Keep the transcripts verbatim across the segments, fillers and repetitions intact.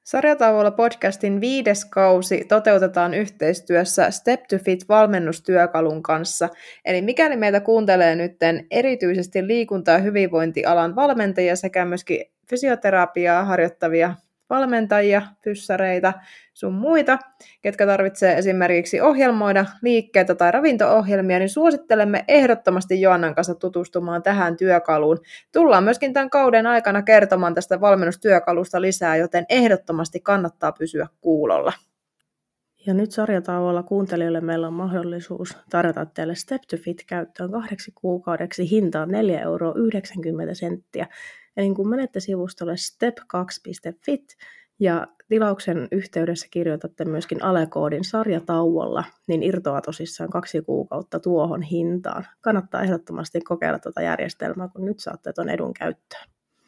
Sarjatauolla podcastin viides kausi toteutetaan yhteistyössä Step to Fit-valmennustyökalun kanssa. Eli mikäli meitä kuuntelee nyt erityisesti liikunta- ja hyvinvointialan valmentajia sekä myöskin fysioterapiaa harjoittavia valmentajia, fyssareita, sun muita, ketkä tarvitsee esimerkiksi ohjelmoida liikkeitä tai ravinto-ohjelmia, niin suosittelemme ehdottomasti Joannan kanssa tutustumaan tähän työkaluun. Tullaan myöskin tämän kauden aikana kertomaan tästä valmennustyökalusta lisää, joten ehdottomasti kannattaa pysyä kuulolla. Ja nyt sarjatauolla kuuntelijoille meillä on mahdollisuus tarjota teille Step to Fit käyttöön kahdeksi kuukaudeksi hintaan neljä euroa yhdeksänkymmentä senttiä. Eli kun menette sivustolle step kaksi piste fit ja tilauksen yhteydessä kirjoitatte myöskin alekoodin sarjatauolla, niin irtoaa tosissaan kaksi kuukautta tuohon hintaan. Kannattaa ehdottomasti kokeilla tuota järjestelmää, kun nyt saatte tuon edun käyttöön.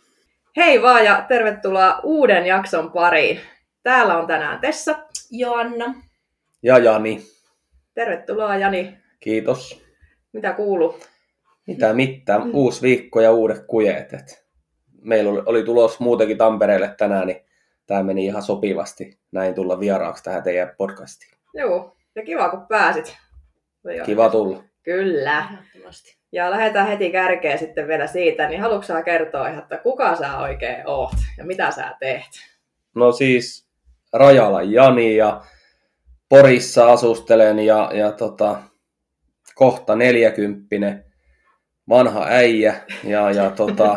Hei vaan ja tervetuloa uuden jakson pariin. Täällä on tänään Tessa, Joanna ja Jani. Tervetuloa Jani. Kiitos. Mitä kuuluu? Mitä mitään. Mm. Uusi viikko ja uudet kujeet. Et meillä oli, oli tulos muutenkin Tampereelle tänään, niin tämä meni ihan sopivasti näin tulla vieraaksi tähän teidän podcastiin. Joo, ja kiva kun pääsit. Kiva tulla. Kyllä. Ja lähdetään heti kärkeen sitten vielä siitä, niin haluatko sä kertoa ihan, että kuka sä oikein oot ja mitä sä teet? No siis Rajalan Jani ja Porissa asustelen ja, ja tota, kohta neljäkymppinen vanha äijä ja, ja tota,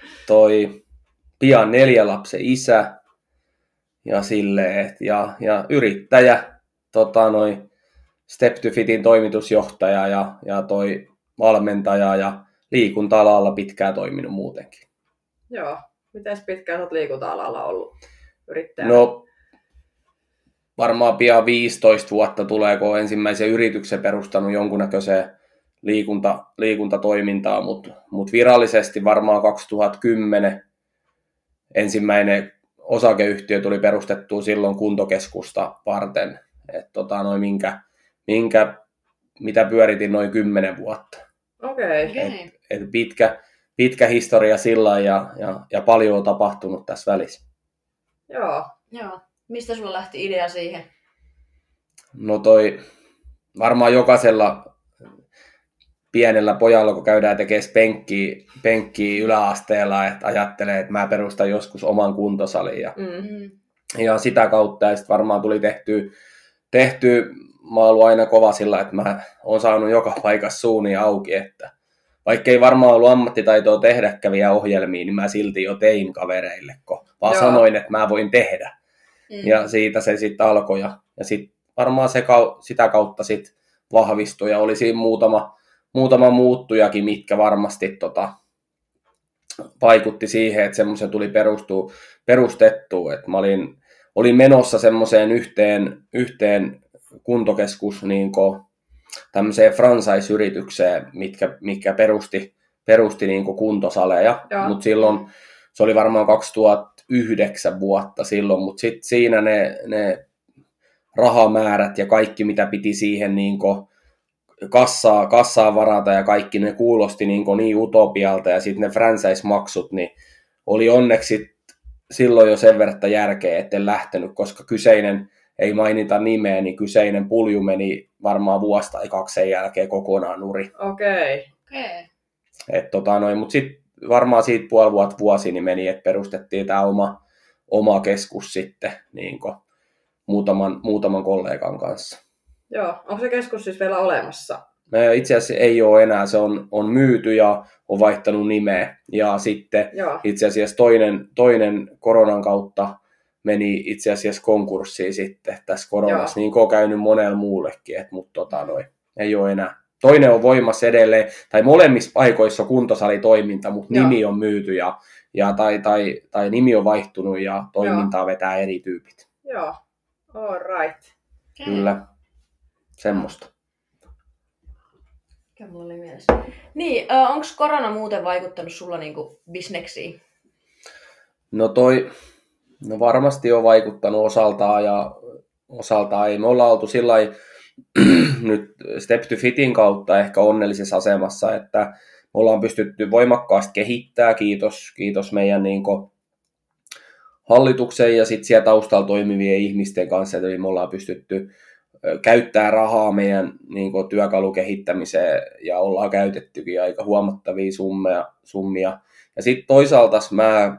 toi pian neljä lapsen isä ja silleen, ja, ja yrittäjä, tota, noi Step to Fitin toimitusjohtaja ja, ja toi valmentaja ja liikunta-alalla pitkään toiminut muutenkin. Joo, mites pitkään sä oot liikunta-alalla ollut yrittäjänä? No varmaan pian viisitoista vuotta tulee, kun olen ensimmäisen yrityksen perustanut jonkunnäköiseen liikunta, liikuntatoimintaa, mutta mut virallisesti varmaan kaksituhattakymmenen ensimmäinen osakeyhtiö tuli perustettua silloin kuntokeskusta varten, että tota, noin minkä, minkä, mitä pyöritin noin kymmenen vuotta. Okei. Okay. Et, et pitkä, pitkä historia sillä ja, ja, ja paljon on tapahtunut tässä välissä. Joo. Joo. Mistä sulla lähti idea siihen? No toi, varmaan jokaisella pienellä pojalla, kun käydään tekemään penkkiä, penkkiä yläasteella, että ajattelee, että mä perustan joskus oman kuntosalin. Ja, Mm-hmm. ja sitä kautta ja sitten varmaan tuli tehty, tehty, mä oon ollut aina kova sillä, että mä oon saanut joka paikassa suuni auki, että vaikka ei varmaan ollut ammattitaitoa tehdä käviä ohjelmia, niin mä silti jo tein kavereille, kun vaan Joo. sanoin, että mä voin tehdä. Mm. Ja siitä se sitten alkoi ja, ja sitten varmaan se, sitä kautta sitten vahvistui ja oli siinä muutama, muutama muuttujakin, mitkä varmasti tota, vaikutti siihen, että semmoisen tuli perustua, perustettua. Et mä olin, olin menossa semmoiseen yhteen, yhteen kuntokeskus niin tämmöiseen franchise-yritykseen, mitkä, mitkä perusti, perusti niin kuntosaleja, mutta silloin se oli varmaan kaksituhattayhdeksän vuotta silloin, mutta sitten siinä ne, ne rahamäärät ja kaikki, mitä piti siihen niin kassaa, kassaa varata ja kaikki ne kuulosti niin, niin utopialta ja sitten ne franchise-maksut, niin oli onneksi silloin jo sen verran järkeä, etten lähtenyt, koska kyseinen, ei mainita nimeä, niin kyseinen pulju meni varmaan vuosi tai kaksi sen jälkeen kokonaan nuri. Okei. Okay. Tota mutta sitten varmaan siitä puoli vuotta vuosi niin meni, että perustettiin tämä oma, oma keskus sitten niin muutaman, muutaman kollegan kanssa. Joo, onko se keskus siis vielä olemassa? Itse asiassa ei ole enää, se on, on myyty ja on vaihtanut nimeä. Ja sitten Joo. itse asiassa toinen, toinen koronan kautta meni itse asiassa konkurssiin sitten tässä koronassa, Joo. niin kuin on käynyt monella muullekin, että, mutta tota, noi, ei ole enää. Toinen on voimassa edelleen, tai molemmissa paikoissa on kuntosalitoiminta, mutta Joo. nimi on myyty ja, ja tai, tai, tai nimi on vaihtunut ja toimintaa Joo. vetää eri tyypit. Joo, all right. Kyllä, semmoista. Mikä mulla oli mielessä? Niin, äh, onko korona muuten vaikuttanut sulla niinku bisneksiin? No toi, no varmasti on vaikuttanut osaltaan ja osaltaan ei. Me ollaan oltu sillä nyt Step to Fitin kautta ehkä onnellisessa asemassa, että me ollaan pystytty voimakkaasti kehittämään, kiitos, kiitos meidän niin kuin hallituksen ja sitten siellä taustalla toimivien ihmisten kanssa, eli me ollaan pystytty käyttää rahaa meidän niin kuin, työkalukehittämiseen ja ollaan käytettykin aika huomattavia summia. summia. Ja sitten toisaalta mä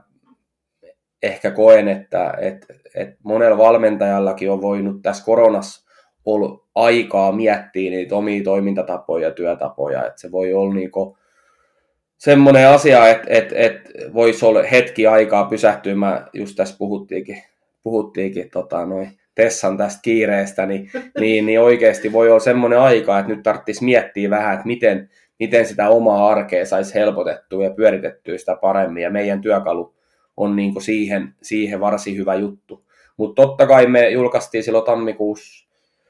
ehkä koen, että et, et monella valmentajallakin on voinut tässä koronassa olla aikaa miettiä niitä omia toimintatapoja ja työtapoja, että se voi olla niinku semmoinen asia, että et, et voisi olla hetki aikaa pysähtyä. Mä just tässä puhuttiinkin, puhuttiinkin tota, noin Tessan tästä kiireestä, niin, niin, niin oikeasti voi olla semmoinen aika, että nyt tarvitsisi miettiä vähän, että miten, miten sitä omaa arkea saisi helpotettua ja pyöritettyä sitä paremmin, ja meidän työkalu on niin kuin siihen, siihen varsin hyvä juttu. Mutta totta kai me julkaistiin silloin tammikuussa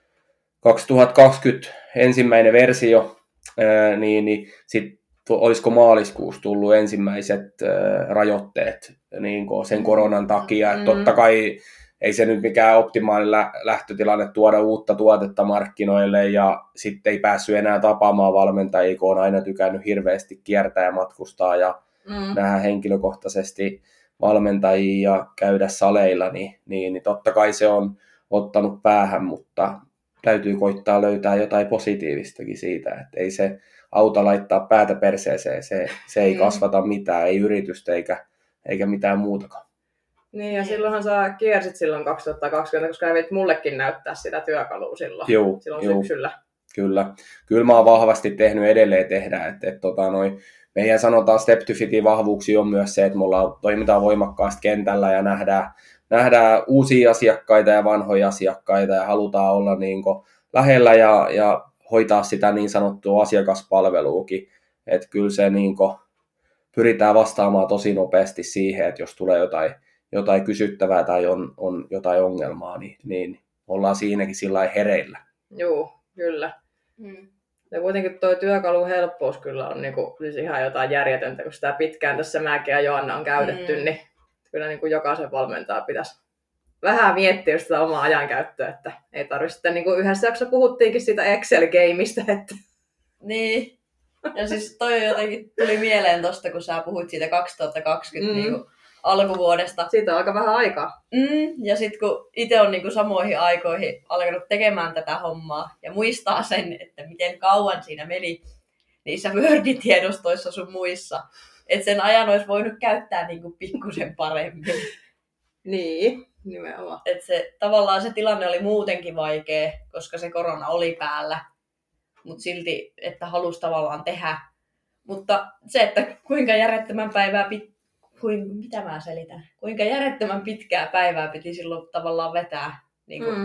kaksituhattakaksikymmentä ensimmäinen versio, ää, niin, niin sitten olisiko maaliskuussa tullut ensimmäiset ää, rajoitteet niin kuin sen koronan takia. Mm. Totta kai ei se nyt mikään optimaalinen lähtötilanne tuoda uutta tuotetta markkinoille, ja sitten ei päässyt enää tapaamaan valmentajia, kun on aina tykännyt hirveästi kiertää ja matkustaa ja mm. nähdä henkilökohtaisesti valmentajia ja käydä saleilla, niin, niin, niin totta kai se on ottanut päähän, mutta täytyy koittaa löytää jotain positiivistakin siitä, että ei se auta laittaa päätä perseeseen, se, se ei mm. kasvata mitään, ei yritystä eikä, eikä mitään muutakaan. Niin, ja silloinhan sä kiersit silloin kaksituhattakaksikymmentä, koska kävit mullekin näyttää sitä työkalua silloin, juu, silloin juu. syksyllä. Kyllä. Kyllä mä oon vahvasti tehnyt edelleen tehdä, että et, tota, noi, meidän sanotaan Step to Fitin vahvuuksia on myös se, että me ollaan, toimitaan voimakkaasti kentällä ja nähdään, nähdään uusia asiakkaita ja vanhoja asiakkaita ja halutaan olla niin kuin lähellä ja, ja hoitaa sitä niin sanottua asiakaspalveluukin. Että kyllä se niin kuin pyritään vastaamaan tosi nopeasti siihen, että jos tulee jotain, jotain kysyttävää tai on, on jotain ongelmaa, niin, niin ollaan siinäkin sillä lailla hereillä. Joo, kyllä. Mm. Ja kuitenkin tuo työkalun helppous kyllä on niinku, siis ihan jotain järjetöntä, kun sitä pitkään tässä mäkin ja Joanna on käytetty, mm. niin kyllä niinku jokaisen valmentaa pitäisi vähän miettiä sitä omaa ajankäyttöä, että ei tarvitse sitten, niin kuin yhdessä jaksossa puhuttiinkin siitä Excel-gameista, että... Niin, ja siis toi jotenkin tuli mieleen tosta, kun sä puhuit siitä kaksituhattakaksikymmentä mm. niin alkuvuodesta. Siitä on aika vähän aikaa. Mm, ja sitten kun itse on niin kuin samoihin aikoihin alkanut tekemään tätä hommaa ja muistaa sen, että miten kauan siinä meni niissä Word-tiedostoissa sun muissa, että sen ajan olisi voinut käyttää niin kuin pikkusen paremmin. Niin, nimenomaan. Että se, tavallaan se tilanne oli muutenkin vaikea, koska se korona oli päällä, mutta silti, että halusi tavallaan tehdä. Mutta se, että kuinka järjettömän päivää pit... Kuin, mitä mä selitän? Kuinka järjettömän pitkää päivää piti silloin tavallaan vetää niin kuin, mm.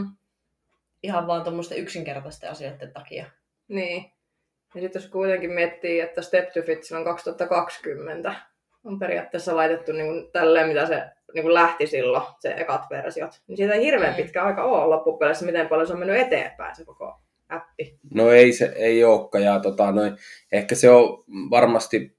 ihan vaan tuommoisten yksinkertaisten asioiden takia. Niin. Ja sitten jos kuitenkin miettii, että Step to Fit on kaksituhattakaksikymmentä on periaatteessa laitettu niin kuin tälleen, mitä se niin kuin lähti silloin, se ekat versiot. Niin siitä ei hirveän pitkä aika ole loppupeleissä, miten paljon se on mennyt eteenpäin se koko appi. No ei se ei olekaan. Ja tota, noin, ehkä se on varmasti...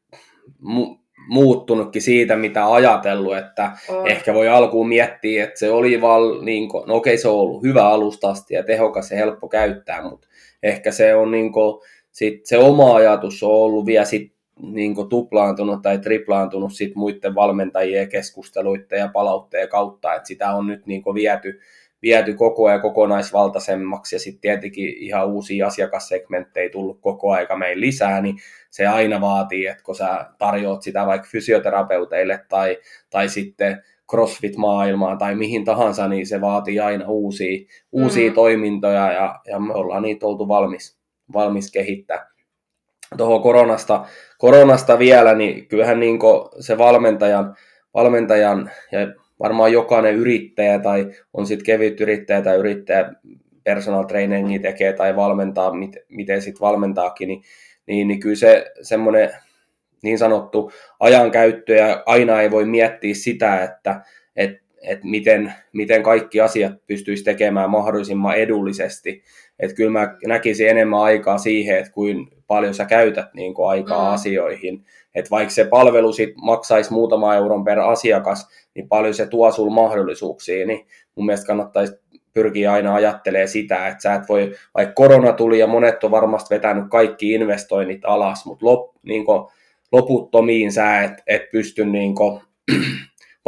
Mu- muuttunutkin siitä, mitä ajatellut, että oh. ehkä voi alkuun miettiä, että se oli vaan, niin kuin, no okei, se on ollut hyvä alusta asti ja tehokas ja helppo käyttää, mutta ehkä se on niin kuin, sit se oma ajatus on ollut vielä sit, niin kuin tuplaantunut tai triplaantunut sit muiden valmentajien keskusteluiden ja palautteen kautta, että sitä on nyt niin kuin viety, viety koko ajan kokonaisvaltaisemmaksi ja sitten tietenkin ihan uusia asiakassegmenttejä tullut koko aika meidän lisää, niin se aina vaatii, että kun sä tarjoat sitä vaikka fysioterapeuteille tai, tai sitten CrossFit-maailmaan tai mihin tahansa, niin se vaatii aina uusia, uusia mm. toimintoja ja, ja me ollaan niitä oltu valmis, valmis kehittää. Tuohon koronasta, koronasta vielä, niin kyllähän niin se valmentajan, valmentajan ja varmaan jokainen yrittäjä tai on sitten kevyt yrittäjä tai yrittäjä personal trainingia tekee tai valmentaa, miten sitten valmentaakin, niin, niin, niin kyllä se semmoinen niin sanottu ajankäyttö ja aina ei voi miettiä sitä, että et, et miten, miten kaikki asiat pystyisi tekemään mahdollisimman edullisesti. Että kyllä mä näkisin enemmän aikaa siihen, että kuinka paljon sä käytät niin kuin aikaa mm. asioihin. Että vaikka se palvelu sit maksaisi muutama euron per asiakas, niin paljon se tuo sulla mahdollisuuksia, niin mun mielestä kannattaisi pyrkiä aina ajattelemaan sitä, että sä et voi, vaikka korona tuli ja monet on varmasti vetänyt kaikki investoinnit alas, mutta lop, niin kuin, loputtomiin sä et, et pysty niin kuin,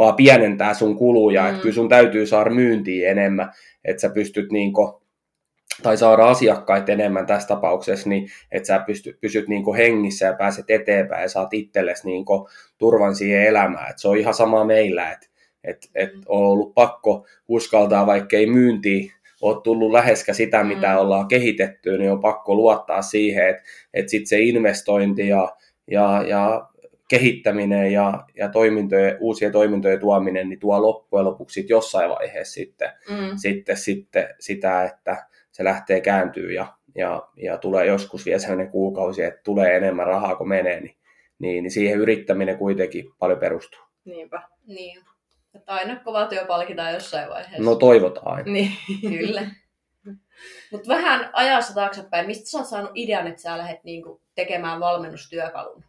vaan pienentää sun kuluja, mm. että kyllä sun täytyy saada myyntiä enemmän, että sä pystyt niinku, tai saada asiakkaita enemmän tässä tapauksessa, niin että sä pystyt, pysyt niinku hengissä ja pääset eteenpäin ja saat itsellesi niinku turvan siihen elämään. Et se on ihan sama meillä, että et, et on ollut pakko uskaltaa, vaikka ei myyntiä ole tullut läheskään sitä, mitä mm. ollaan kehitetty, niin on pakko luottaa siihen, että et sitten se investointi ja, ja, ja kehittäminen ja, ja toimintojen, uusien toimintojen tuominen niin tuo loppujen lopuksi sit jossain vaiheessa sitten, mm. sitten, sitten sitä, että se lähtee kääntyy ja, ja, ja tulee joskus vielä sellainen kuukausi, että tulee enemmän rahaa kuin menee, niin, niin, niin siihen yrittäminen kuitenkin paljon perustuu. Niinpä. Niin. Että aina kova työ palkitaan jossain vaiheessa. No toivotaan aina. Niin. Kyllä. Mutta vähän ajassa taaksepäin, mistä sä oot saanut idean, että sä lähdet niinku tekemään valmennustyökalun?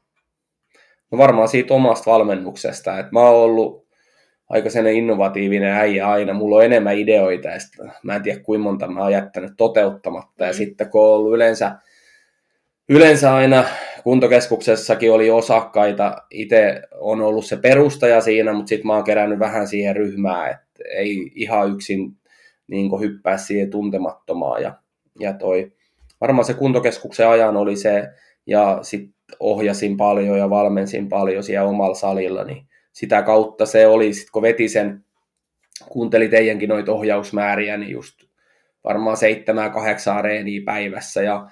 No varmaan siitä omasta valmennuksesta. Et mä oon ollut aika sellainen innovatiivinen äijä aina. Mulla on enemmän ideoita ja sit, mä en tiedä kuinka monta mä oon jättänyt toteuttamatta. Mm. Ja sitten kun on ollut yleensä, yleensä aina kuntokeskuksessakin oli osakkaita. Itse on ollut se perustaja siinä, mutta sitten mä oon kerännyt vähän siihen ryhmään, että ei ihan yksin niin hyppää siihen tuntemattomaan. Ja, ja toi, varmaan se kuntokeskuksen ajan oli se, ja sitten ohjasin paljon ja valmensin paljon siellä omalla salilla, niin sitä kautta se oli, sit kun veti sen, kuunteli teidänkin noita ohjausmääriä, niin just varmaan seitsemän, kahdeksan reeniä päivässä ja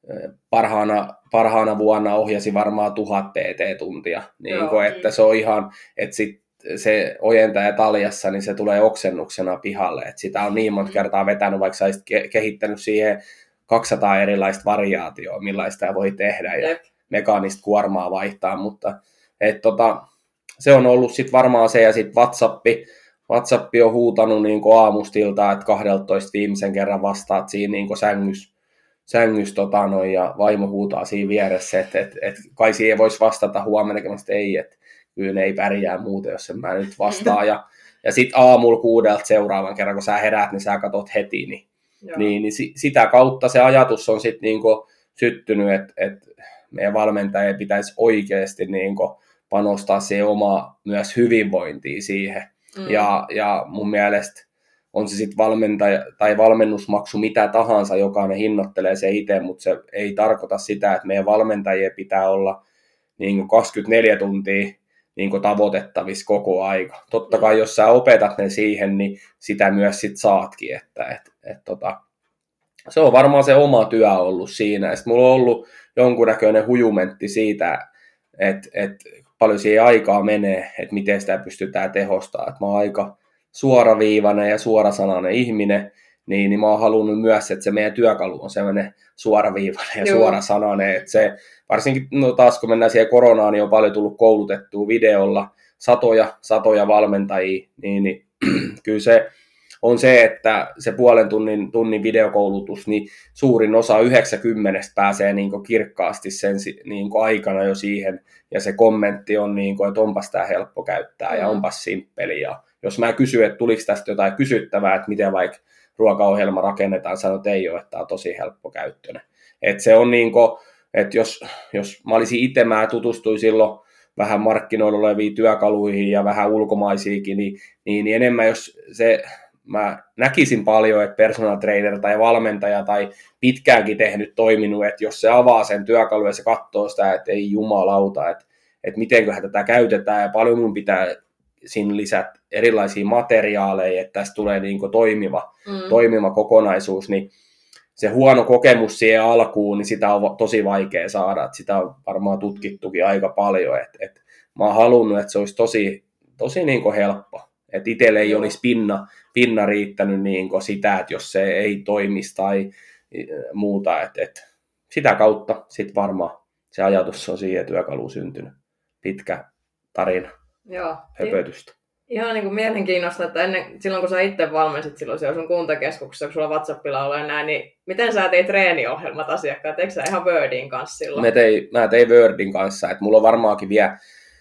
parhaana, parhaana vuonna ohjasi varmaan tuhat P T-tuntia, niin Joo, kun, että se on ihan, että sit se ojentaja taljassa, niin se tulee oksennuksena pihalle, että sitä on niin monta kertaa vetänyt, vaikka sä olisit kehittänyt siihen kaksisataa erilaista variaatioa, millaista voi tehdä ja Jep. mekaanista kuormaa vaihtaa, mutta et, tota, se on ollut sitten varmaan se, ja sitten WhatsApp, WhatsApp on huutanut niin aamustilta, että kaksitoista viimeisen kerran vastaat siinä niin sängys, sängys tota, noin, ja vaimo huutaa siinä vieressä, että et, et, kai siihen voisi vastata huomenna, että ei, että kyllä ne ei pärjää muuten, jos en mä nyt vastaa, ja, ja sitten aamulla kuudelta seuraavan kerran, kun sä heräät, niin sä katot heti, niin, niin, niin sitä kautta se ajatus on sitten niin syttynyt, että et meidän valmentajien pitäisi oikeasti niin panostaa siihen omaa myös hyvinvointiin siihen. Mm. Ja, ja mun mielestä on se sitten valmentaja tai valmennusmaksu mitä tahansa, jokainen hinnoittelee se itse, mutta se ei tarkoita sitä, että meidän valmentajien pitää olla niin kaksikymmentäneljä tuntia niin tavoitettavissa koko aika. Totta kai jos sä opetat ne siihen, niin sitä myös sit saatkin. Että, et, et, tota, se on varmaan se oma työ ollut siinä. Sitten mulla on ollut jonkunnäköinen hujumentti siitä, että et paljon siihen aikaa menee, että miten sitä pystytään tehostamaan. Et mä oon aika suoraviivainen ja suorasanainen ihminen, niin, niin mä oon halunnut myös, että se meidän työkalu on sellainen suoraviivainen ja Joo. suorasanainen. Että se, varsinkin no taas kun mennään siihen koronaan, niin on paljon tullut koulutettua videolla satoja, satoja valmentajia, niin, niin kyllä se on se, että se puolen tunnin, tunnin videokoulutus, niin suurin osa yhdeksänkymmentä pääsee niin kuin kirkkaasti sen niin kuin aikana jo siihen, ja se kommentti on, niin kuin, että onpas tämä helppo käyttää ja onpas simppeli. Ja jos mä kysyn, että tuliko tästä jotain kysyttävää, että miten vaikka ruokaohjelma rakennetaan, sanon, että ei ole, että tämä on tosi helppo käyttöinen. Että se on niin kuin, että jos, jos mä olisin itse, mä tutustuin silloin vähän markkinoilla oleviin työkaluihin ja vähän ulkomaisiinkin, niin, niin, niin enemmän jos se, mä näkisin paljon, että personal trainer tai valmentaja tai pitkäänkin tehnyt toiminut, että jos se avaa sen työkalun ja se katsoo sitä, että ei jumalauta, että, että mitenköhän tätä käytetään ja paljon mun pitää siinä lisätä erilaisia materiaaleja, että tästä tulee niin kuin toimiva, mm. toimiva kokonaisuus, niin se huono kokemus siihen alkuun, niin sitä on tosi vaikea saada, että sitä on varmaan tutkittukin aika paljon, että, että mä oon halunnut, että se olisi tosi, tosi niin kuin helppo, että itselle ei olisi pinna, pinna riittänyt niin kuin sitä, että jos se ei toimisi tai muuta, että, että sitä kautta sitten varmaan se ajatus on siihen työkaluun syntynyt, pitkä tarina. Joo. Höpötystä. Ihan niin kuin mielenkiinnosta, että ennen, silloin kun sä itse valmensit silloin siellä sun kuntakeskuksessa, kun sulla WhatsAppilla oli näin, niin miten sä teit treeniohjelmat asiakkaat? Eikö sä ihan Wordin kanssa silloin? Mä tein, mä tein Wordin kanssa, että mulla on varmaankin vielä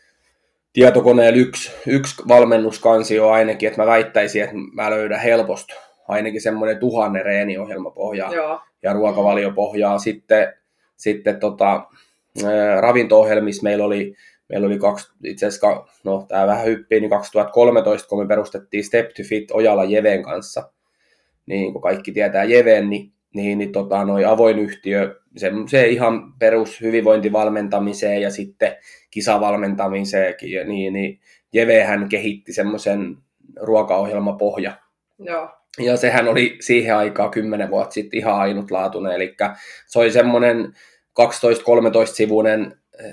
tietokoneella yksi, yksi valmennuskansio ainakin, että mä väittäisin, että mä löydän helposti ainakin semmoinen tuhannen treeniohjelmapohjaa Joo. ja ruokavaliopohjaa. Sitten, sitten tota, ravinto-ohjelmissa meillä oli meillä oli kaksi, itse asiassa, no tämä vähän hyppii, niin kaksituhattakolmetoista, kun me perustettiin Step to Fit Ojala Jeven kanssa, niin kun kaikki tietää Jeven, niin, niin, niin tota, noi avoin yhtiö, se, se ihan perus hyvinvointivalmentamiseen ja sitten kisavalmentamiseenkin, ja niin, niin Jevehän kehitti semmoisen ruokaohjelmapohja. Joo. Ja sehän oli siihen aikaan kymmenen vuotta sitten ihan ainutlaatuinen, eli se oli semmoinen kaksitoista kolmetoista sivuinen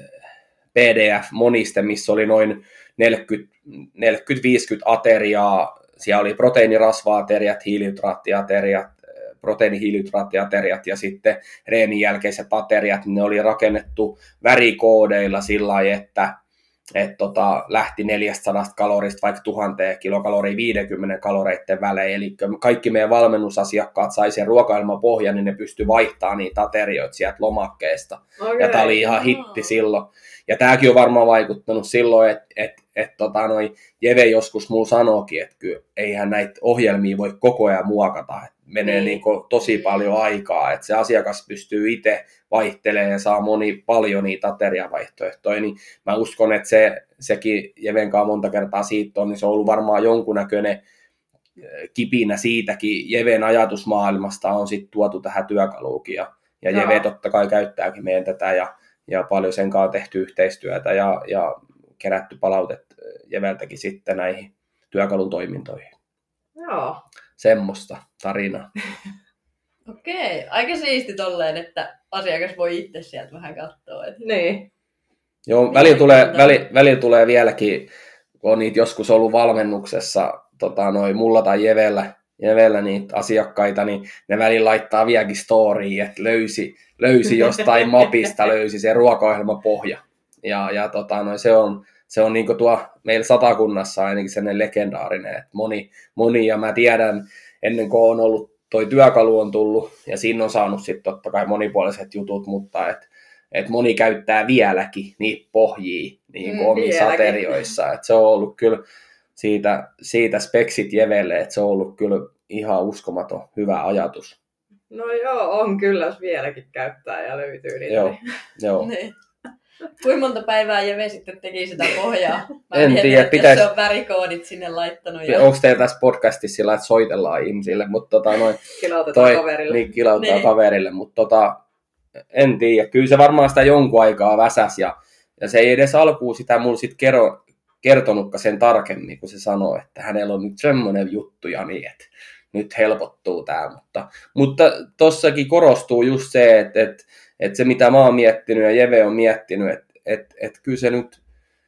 P D F-moniste, missä oli noin neljäkymmentä viisikymmentä ateriaa. Siellä oli proteiinirasva-ateriat, hiilihydraattiateriat, proteiinihiilihydraattiateriat ja sitten reenin jälkeiset ateriat. Ne oli rakennettu värikoodeilla sillä lailla, että et tota, lähti neljästäsadasta kalorista vaikka tuhanteen kilokaloria viisikymmentä kaloreiden välein. Eli kaikki meidän valmennusasiakkaat sai sen ruokailmapohjan, niin ne pystyi vaihtamaan niitä aterioita sieltä lomakkeesta. Okay. Ja tämä oli ihan hitti silloin. Ja tämäkin on varmaan vaikuttanut silloin, että et, et, tota, Jeve joskus mulla sanookin, että kyllä eihän näitä ohjelmia voi koko ajan muokata. Menee niin kuin tosi paljon aikaa, että se asiakas pystyy itse vaihtelemaan ja saa moni paljon niitä ateriavaihtoehtoja, niin mä uskon, että se, sekin Jevenkaan monta kertaa siitä on, niin se on ollut varmaan jonkunnäköinen kipinä siitäkin. Jeven ajatusmaailmasta on sitten tuotu tähän työkaluukin, ja, ja Jeve totta kai käyttääkin meidän tätä, ja, ja paljon sen kanssa on tehty yhteistyötä, ja, ja kerätty palautetta Jeveltäkin sitten näihin työkalun toimintoihin. Joo. Semmoista tarinaa. Okei, aika siisti tolleen, että asiakas voi itse sieltä vähän katsoa. Että... Niin. Joo, välillä tulee, väli, välillä tulee vieläkin, kun on niitä joskus ollut valmennuksessa, tota, noi, mulla tai Jevellä, Jevellä niitä asiakkaita, niin ne välillä laittaa vieläkin storyin, että löysi, löysi jostain mapista, löysi se ruokaohjelmapohja. Ja, ja tota, noi, se on... Se on niin kuin tuo meillä Satakunnassa ainakin sellainen legendaarinen, että moni, moni, ja mä tiedän, ennen kuin on ollut, toi työkalu on tullut, ja siinä on saanut sitten totta kai monipuoliset jutut, mutta et, et moni käyttää vieläkin niitä pohjia niin kuin mm, omissa aterioissa, että se on ollut kyllä siitä, siitä speksit Jevelle, että se on ollut kyllä ihan uskomaton hyvä ajatus. No joo, on kyllä, jos vieläkin käyttää ja löytyy niitä. Joo, joo. Kuinka monta päivää Jeve sitten teki sitä pohjaa? Mä en mietin, tiedä, että pitäis... se on värikoodit sinne laittanut. Ja... Onko teillä tässä podcastissa sillä, että soitellaan ihmisille? Mutta tota, noin, kilautetaan toi, kaverille. Niin, kilautetaan niin. kaverille, mutta tota, en tiedä. Kyllä se varmaan sitä jonkun aikaa väsäs, ja, ja se ei edes alkuun sitä mulle sit kerro, kertonutkaan sen tarkemmin, kun se sanoi, että hänellä on nyt semmoinen juttu ja niin, että nyt helpottuu tämä. Mutta, mutta tossakin korostuu just se, että, että että se mitä mä oon miettinyt ja Jeve on miettinyt, että et, et kyllä se nyt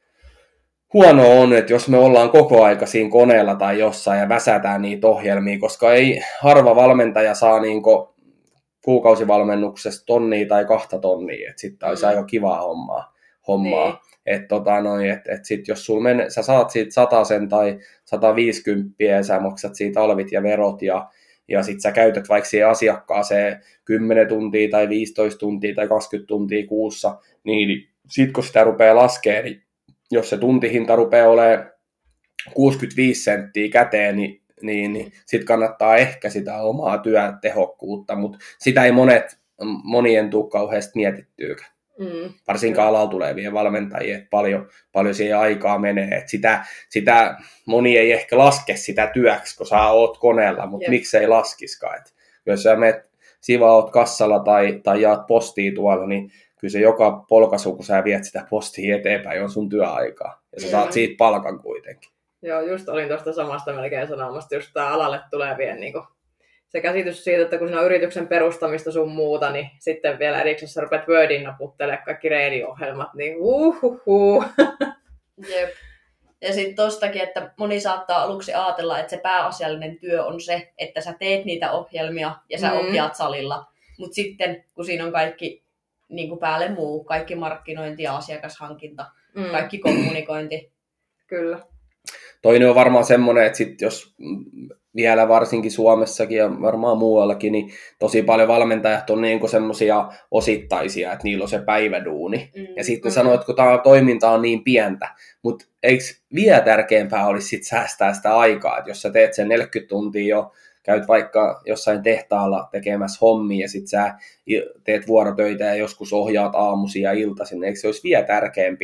huono on, että jos me ollaan koko aika siinä koneella tai jossain ja väsätään niitä ohjelmia, koska ei harva valmentaja saa niinku kuukausivalmennuksesta tonnia tai kahta tonnia, että sitten olisi mm. aika kivaa hommaa. hommaa. Niin. Että tota et, et sit jos sul men, sä saat siitä satasen tai sataviisikymmentä ja sä maksat siitä alvit ja verot ja ja sitten sä käytät vaikka siihen asiakkaaseen kymmenen tuntia tai viisitoista tuntia tai kaksikymmentä tuntia kuussa, niin sitten kun sitä rupeaa laskemaan, niin jos se tuntihinta rupeaa olemaan kuusikymmentäviisi senttiä käteen, niin, niin, niin sitten kannattaa ehkä sitä omaa työtehokkuutta, mutta sitä ei monet, monien tule kauheasti mietittyykään. Mm. Varsinkaan alalla tulevien valmentajien, että paljon, paljon siihen aikaa menee. Että sitä, sitä moni ei ehkä laske sitä työksi, kun sä oot koneella, mutta yep. miksei laskiskaan. Että jos sä menet sivaat kassalla tai, tai jaat postia tuolla, niin kyllä se joka polkaisu, kun sä viet sitä postia eteenpäin, on sun työaikaa. Ja sä mm. saat siitä palkan kuitenkin. Joo, just olin tuosta samasta melkein sanomasta, just tää alalle tulevien niin kuin se käsitys siitä, että kun siinä on yrityksen perustamista sun muuta, niin sitten vielä erikseen sä rupeat Wordin naputtelemaan kaikki reeniohjelmat, niin uhuhu. Jep. Ja sitten tostakin, että moni saattaa aluksi ajatella, että se pääasiallinen työ on se, että sä teet niitä ohjelmia ja sä mm. ohjaat salilla. Mutta sitten, kun siinä on kaikki niin kuin päälle muu, kaikki markkinointi ja asiakashankinta, mm. kaikki kommunikointi. Kyllä. Toinen on varmaan semmoinen, että sit jos vielä varsinkin Suomessakin ja varmaan muuallakin, niin tosi paljon valmentajat on niin semmoisia osittaisia, että niillä on se päiväduuni. Mm, ja sitten mm. sanoo, että kun tämä toiminta on niin pientä, mutta eikö vielä tärkeämpää olisi sit säästää sitä aikaa, että jos sä teet sen neljäkymmentä tuntia jo, käyt vaikka jossain tehtaalla tekemässä hommia ja sitten sä teet vuorotöitä ja joskus ohjaat aamuisin ja iltaisin, eikö se olisi vielä tärkeämpi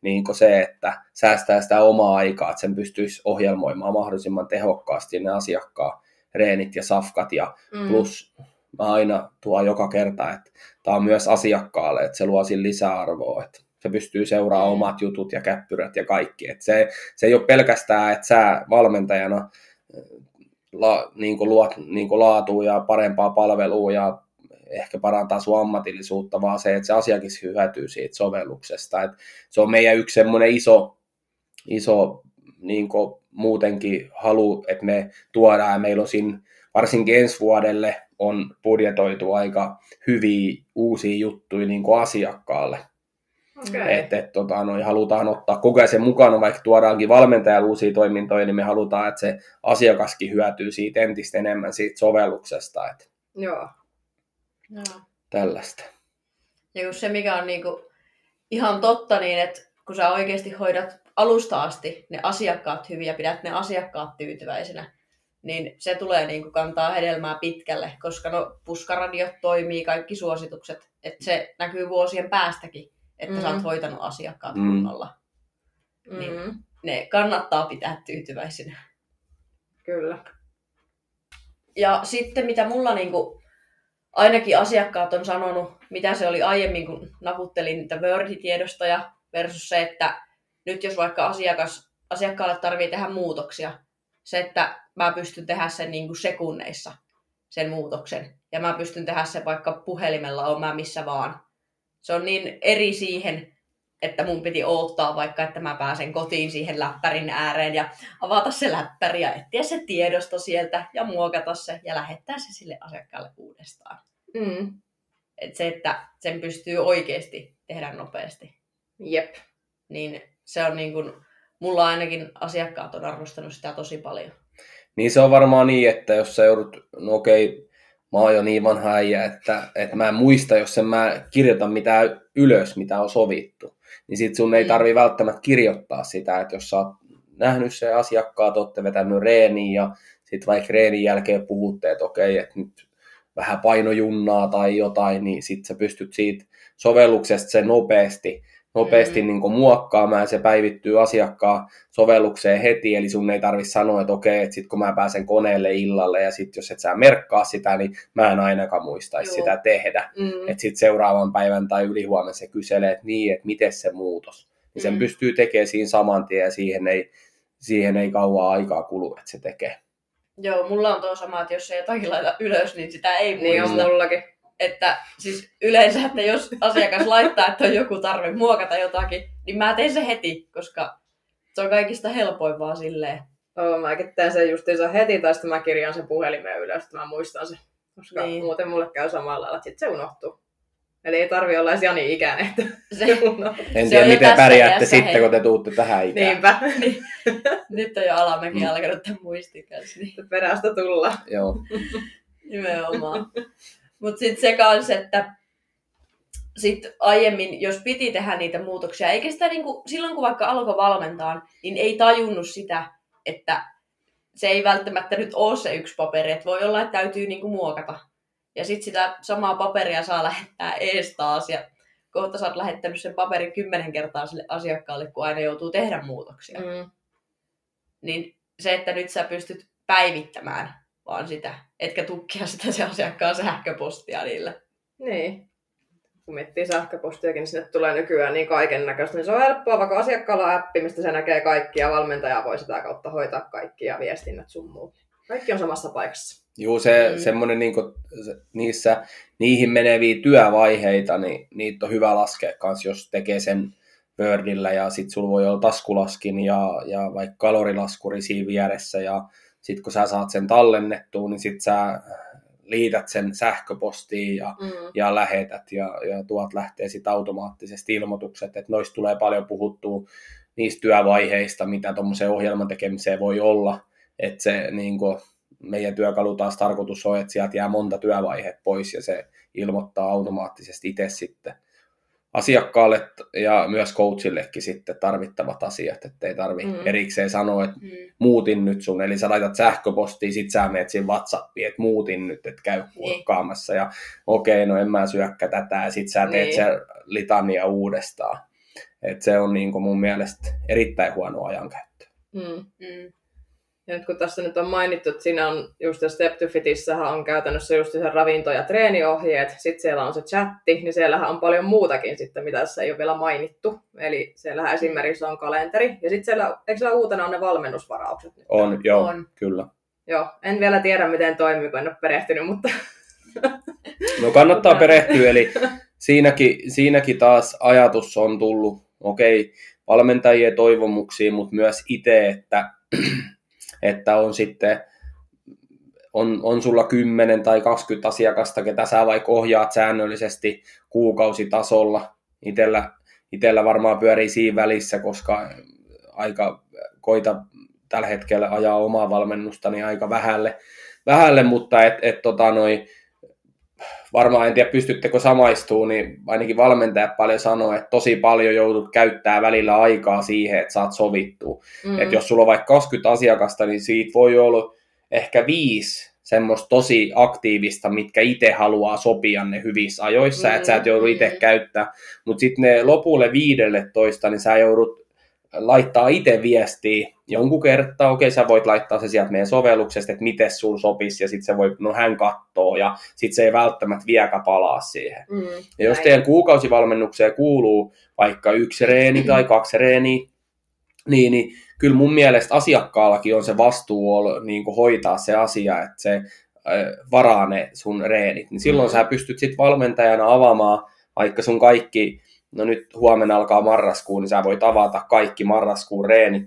niin se, että säästää sitä omaa aikaa, että sen pystyisi ohjelmoimaan mahdollisimman tehokkaasti ne asiakkaan reenit ja safkat. Ja mm. plus mä aina tuon joka kerta, että tämä on myös asiakkaalle, että se luo sille lisäarvoa, että se pystyy seuraamaan mm. omat jutut ja käppyrät ja kaikki. Että se, se ei ole pelkästään, että sä valmentajana la, niin kuin luot niin kuin laatua ja parempaa palvelua ja ehkä parantaa sun ammatillisuutta, vaan se, että se asiakin hyötyy siitä sovelluksesta. Että se on meidän yksi semmoinen iso, iso niin kuin muutenkin halu, että me tuodaan ja meillä on siinä, varsinkin ensi vuodelle on budjetoitu aika hyviä uusia juttuja niin kuin asiakkaalle. Okay. Että et, tota, no, halutaan ottaa koko ajan sen mukana, vaikka tuodaankin valmentajalle uusia toimintoja, niin me halutaan, että se asiakaskin hyötyy siitä entistä enemmän siitä sovelluksesta. Et Joo. Joo. Tällaista. Ja kun se, mikä on niinku ihan totta, niin että kun sä oikeasti hoidat alusta asti ne asiakkaat hyvin ja pidät ne asiakkaat tyytyväisenä, niin se tulee niinku kantaa hedelmää pitkälle, koska no puskaradiot toimii, kaikki suositukset, että se näkyy vuosien päästäkin, että mm. sä oot hoitanut asiakkaat mm. kunnolla. Mm. Niin ne kannattaa pitää tyytyväisenä. Kyllä. Ja sitten mitä mulla niinku ainakin asiakkaat on sanonut, mitä se oli aiemmin, kun naputtelin niitä Word-tiedostoja versus se, että nyt jos vaikka asiakas, asiakkaalle tarvii tehdä muutoksia, se, että mä pystyn tehdä sen niin kuin sekunneissa, sen muutoksen, ja mä pystyn tehdä sen vaikka puhelimella, on mä missä vaan. Se on niin eri siihen, että mun piti odottaa vaikka, että mä pääsen kotiin siihen läppärin ääreen ja avata se läppäri ja etsiä se tiedosto sieltä ja muokata se ja lähettää se sille asiakkaalle uudestaan. Mm. Et se, että sen pystyy oikeasti tehdä nopeasti. Jep. Niin se on niin kuin, mulla ainakin asiakkaat on arvostanut sitä tosi paljon. Niin se on varmaan niin, että jos sä joudut, no okei, mä oon jo niin vanha äijä, että, että mä en muista, jos en mä kirjoita mitään ylös, mitä on sovittu. Niin sit sun ei tarvii välttämättä kirjoittaa sitä, että jos sä oot nähnyt se asiakkaat, ootte vetänyt reeniin ja sit vaikka reenin jälkeen puhutte, että okei, että nyt vähän painojunnaa tai jotain, niin sit sä pystyt siitä sovelluksesta se nopeasti, nopeasti mm. niin kuin muokkaamaan ja se päivittyy asiakkaan sovellukseen heti, eli sun ei tarvitse sanoa, että okei, että sit kun mä pääsen koneelle illalle ja sit jos et sä merkkaa sitä, niin mä en ainakaan muistaisi Joo. sitä tehdä. Mm. Että sit seuraavan päivän tai ylihuomenna se kyselee, että niin, että miten se muutos. Niin sen mm. pystyy tekemään siinä saman tien ja siihen ei, siihen ei kauan aikaa kulu, että se tekee. Joo, mulla on tuo sama, että jos ei jotakin laita ylös, niin sitä ei muista. Niin on mullakin. Että siis yleensä, että jos asiakas laittaa, että on joku tarve muokata jotakin, niin mä teen se heti, koska se on kaikista helpoin vaan silleen. Oo, mäkin teen sen justiinsa heti, tai sitten mä kirjaan sen puhelimeen ylös, että mä muistan sen. Koska niin. Muuten mulle käy samalla lailla, että sit se unohtuu. Eli ei tarvi olla edes Jani ikäinen, että se, se unohtuu. En tiedä, miten pärjäätte sitten, hei. Kun te tuutte tähän ikään. Niinpä. Niin. Nyt on jo alamäki mm. alkanut tämän muistikas. Niin. Perästä tullaan. Joo. Nimenomaan. Mutta sitten se kans, että sit aiemmin, jos piti tehdä niitä muutoksia, eikä sitä niinku, silloin kun vaikka alkoi valmentaa, niin ei tajunnut sitä, että se ei välttämättä nyt ole se yksi paperi, että voi olla, että täytyy niinku muokata. Ja sitten sitä samaa paperia saa lähettää ees taas, ja kohta sä oot lähettänyt sen paperin kymmenen kertaa sille asiakkaalle, kun aina joutuu tehdä muutoksia. Mm. Niin se, että nyt sä pystyt päivittämään vaan sitä, etkä tukkia sitä se asiakkaan sähköpostia niille. Niin. Kun miettii sähköpostiakin, niin sinne tulee nykyään niin kaiken näköistä. Niin se on helppoa, vaikka asiakkaalla on appi, mistä se näkee kaikki ja valmentaja voi sitä kautta hoitaa kaikki ja viestinnät sun muut. Kaikki on samassa paikassa. Joo, se mm. semmoinen niinku, niissä, niihin meneviä työvaiheita, niin niitä on hyvä laskea kans, jos tekee sen Wordillä ja sit sulla voi olla taskulaskin ja, ja vaikka kalorilaskuri siinä vieressä ja sit kun sä saat sen tallennettua, niin sit sä liität sen sähköpostiin ja, mm. ja lähetät ja, ja tuot lähtee sit automaattisesti ilmoitukset, että noista tulee paljon puhuttua niistä työvaiheista, mitä tuommoiseen ohjelman tekemiseen voi olla, että se niin kuin, meidän työkalu taas tarkoitus on, että sieltä jää monta työvaihetta pois ja se ilmoittaa automaattisesti itse sitten asiakkaalle ja myös coachillekin sitten tarvittavat asiat, ettei tarvitse mm. erikseen sanoa, että mm. muutin nyt sun, eli sä laitat sähköpostiin, sit sä menet siinä WhatsAppiin, että muutin nyt, että käy kurkkaamassa ja okei, okay, no en mä syökkä tätä ja sit sä teet niin. sen litania uudestaan. Et se on niin kuin mun mielestä erittäin huono ajankäyttö. Mm. Mm. Ja nyt kun tässä nyt on mainittu, että siinä on just Step to Fitissähän on käytännössä just se ravinto- ja treeniohjeet, sitten siellä on se chatti, niin siellähän on paljon muutakin sitten, mitä tässä ei ole vielä mainittu. Eli siellähän esimerkiksi on kalenteri, ja sitten siellä, eikö siellä uutena on ne valmennusvaraukset? Nyt? On, joo, on. Kyllä. Joo, en vielä tiedä, miten toimii, kun en ole perehtynyt, mutta... No kannattaa perehtyä, eli siinäkin, siinäkin taas ajatus on tullut, okei, okay, valmentajien toivomuksiin, mutta myös itse, että että on sitten, on, on sulla kymmenen tai kaksikymmentä asiakasta, ketä sä vaikka ohjaat säännöllisesti kuukausitasolla. Itellä, itellä varmaan pyörii siinä välissä, koska aika koita tällä hetkellä ajaa omaa valmennustani aika vähälle, vähälle mutta et, et, tota, noi, varmaan en tiedä pystyttekö samaistumaan, niin ainakin valmentajat paljon sanoo, että tosi paljon joudut käyttää välillä aikaa siihen, että saat sovittua. Mm-hmm. Että jos sulla on vaikka kaksikymmentä asiakasta, niin siitä voi olla ehkä viisi semmoista tosi aktiivista, mitkä itse haluaa sopia ne hyvissä ajoissa, mm-hmm. että sä et joudu itse käyttää. Mutta sitten ne lopulle viidelle toista, niin sä joudut laittaa itse viestiä jonkun kertaa, okei, sä voit laittaa se sieltä meidän sovelluksesta, että miten sul sopisi, ja sitten se voi, no hän kattoo, ja sitten se ei välttämättä vieläkään palaa siihen. Mm, ja jos teidän kuukausivalmennukseen kuuluu vaikka yksi reeni tai kaksi reeniä, niin, niin kyllä mun mielestä asiakkaallakin on se vastuu olla, niin kuin hoitaa se asia, että se äh, varaa ne sun reenit, niin silloin mm. sä pystyt sitten valmentajana avaamaan vaikka sun kaikki. No nyt huomenna alkaa marraskuu, niin sä voit avata kaikki marraskuun reenit, P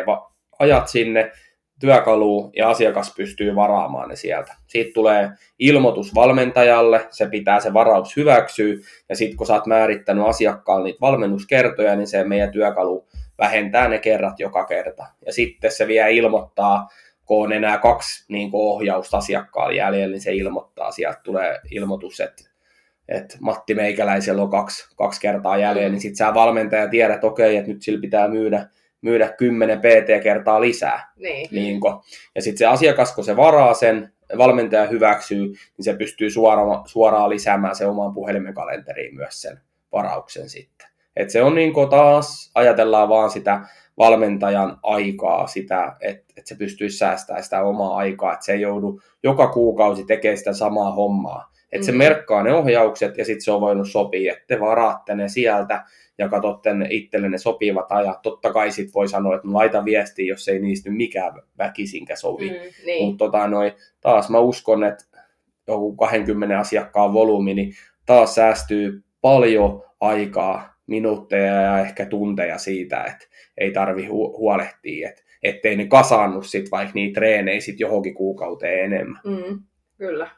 T-ajat sinne työkaluun ja asiakas pystyy varaamaan ne sieltä. Siitä tulee ilmoitus valmentajalle, se pitää se varaus hyväksyä ja sitten kun sä oot määrittänyt asiakkaalle niitä valmennuskertoja, niin se meidän työkalu vähentää ne kerrat joka kerta. Ja sitten se vielä ilmoittaa, kun on enää kaksi niin kuin ohjausta asiakkaalle jäljellä, niin se ilmoittaa, sieltä tulee ilmoitus, että että Matti Meikäläisellä on kaksi, kaksi kertaa jäljellä, niin sitten sä valmentaja tiedät, että okei, että nyt sillä pitää myydä, myydä kymmenen P T-kertaa lisää. Niin. Niinko. Ja sitten se asiakas, kun se varaa sen, valmentaja hyväksyy, niin se pystyy suoraan, suoraan lisäämään se omaan puhelimen kalenteriin myös sen varauksen sitten. Että se on niin kuin taas, ajatellaan vaan sitä valmentajan aikaa, sitä, että, että se pystyisi säästämään sitä omaa aikaa, että se ei joudu joka kuukausi tekemään sitä samaa hommaa. Että se merkkaa ne ohjaukset ja sitten se on voinut sopia, että te varaatte ne sieltä ja katsotte itselle ne sopivat ajat. Totta kai sitten voi sanoa, että laita viestiä, jos ei niistä mikään väkisinkä sovi. Mm, niin. Mutta tota, taas mä uskon, että joku kaksikymmentä asiakkaan volyymi, niin taas säästyy paljon aikaa, minuutteja ja ehkä tunteja siitä, että ei tarvitse hu- huolehtia, että ettei ne kasaannu sitten vaikka niitä treenejä sit johonkin kuukauteen enemmän. Mm, kyllä.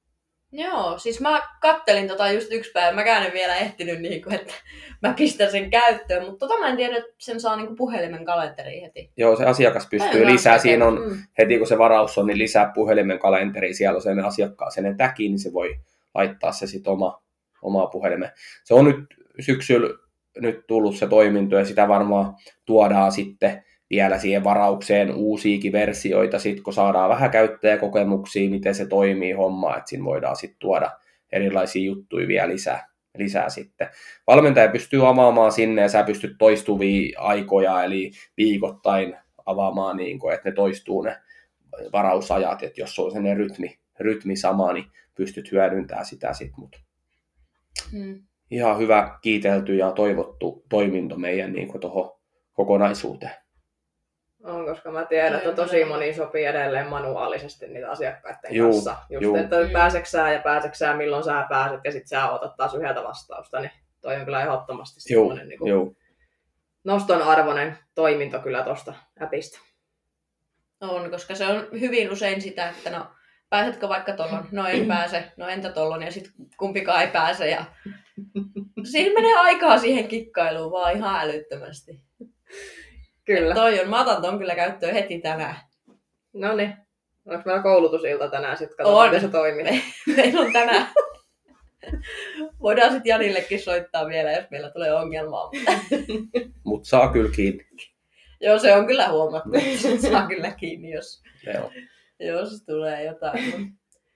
Joo, siis mä kattelin tota just yksi päivä, mäkään en vielä ehtinyt, niin kuin, että mä pistän sen käyttöön, mutta tota mä en tiedä, että sen saa niin kuin puhelimen kalenteriin heti. Joo, se asiakas pystyy lisää, siinä on mm. heti kun se varaus on, niin lisää puhelimen kalenteriin, siellä on sen asiakkaan sen täki, niin se voi laittaa se sitten oma, omaa puhelimeen. Se on nyt syksyllä nyt tullut se toiminto ja sitä varmaan tuodaan sitten vielä siihen varaukseen uusiakin versioita, sit kun saadaan vähän käyttäjäkokemuksia, miten se toimii homma, että siinä voidaan sitten tuoda erilaisia juttuja vielä lisää, lisää sitten. Valmentaja pystyy avaamaan sinne ja sä pystyt toistuvia aikoja, eli viikoittain avaamaan, niin kun, että ne toistuu ne varausajat, että jos on sellainen rytmi, rytmi sama, niin pystyt hyödyntämään sitä sitten. Mut hmm. Ihan hyvä, kiitelty ja toivottu toiminto meidän niin tuohon kokonaisuuteen. On, koska mä tiedän, että tosi moni sopii edelleen manuaalisesti niitä asiakkaiden juu, kanssa. Just, juu. Että pääseksää ja pääseksää, milloin sä pääset ja sit sä otat taas yhdeltä vastausta, niin toi on kyllä ehdottomasti semmoinen niin kuin noston arvoinen toiminto kyllä tosta appista. On, koska se on hyvin usein sitä, että no pääsetkö vaikka tollon, no en pääse, no entä tollon ja sit kumpikaan ei pääse ja siinä menee aikaa siihen kikkailuun vaan ihan älyttömästi. Kyllä. Et toi on, mä otan ton kyllä käyttöön heti tänään. Noniin. Onko meillä koulutusilta tänään sitten? Katsotaan, miten se toimii. Me, meillä on tänään. Voidaan sitten Janillekin soittaa vielä, jos meillä tulee ongelmaa. Mut saa kyllä kiinni. Joo, se on kyllä huomattu, että saa kyllä kiinni, jos, jos tulee jotain.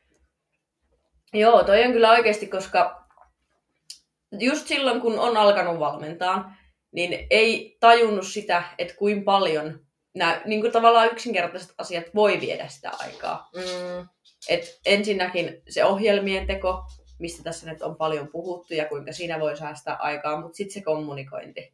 Joo, toi on kyllä oikeasti, koska just silloin kun on alkanut valmentaa, niin ei tajunnut sitä, että kuinka paljon nämä niin kuin tavallaan yksinkertaiset asiat voi viedä sitä aikaa. Mm. Et ensinnäkin se ohjelmien teko, mistä tässä nyt on paljon puhuttu ja kuinka siinä voi säästää aikaa, mutta sitten se kommunikointi.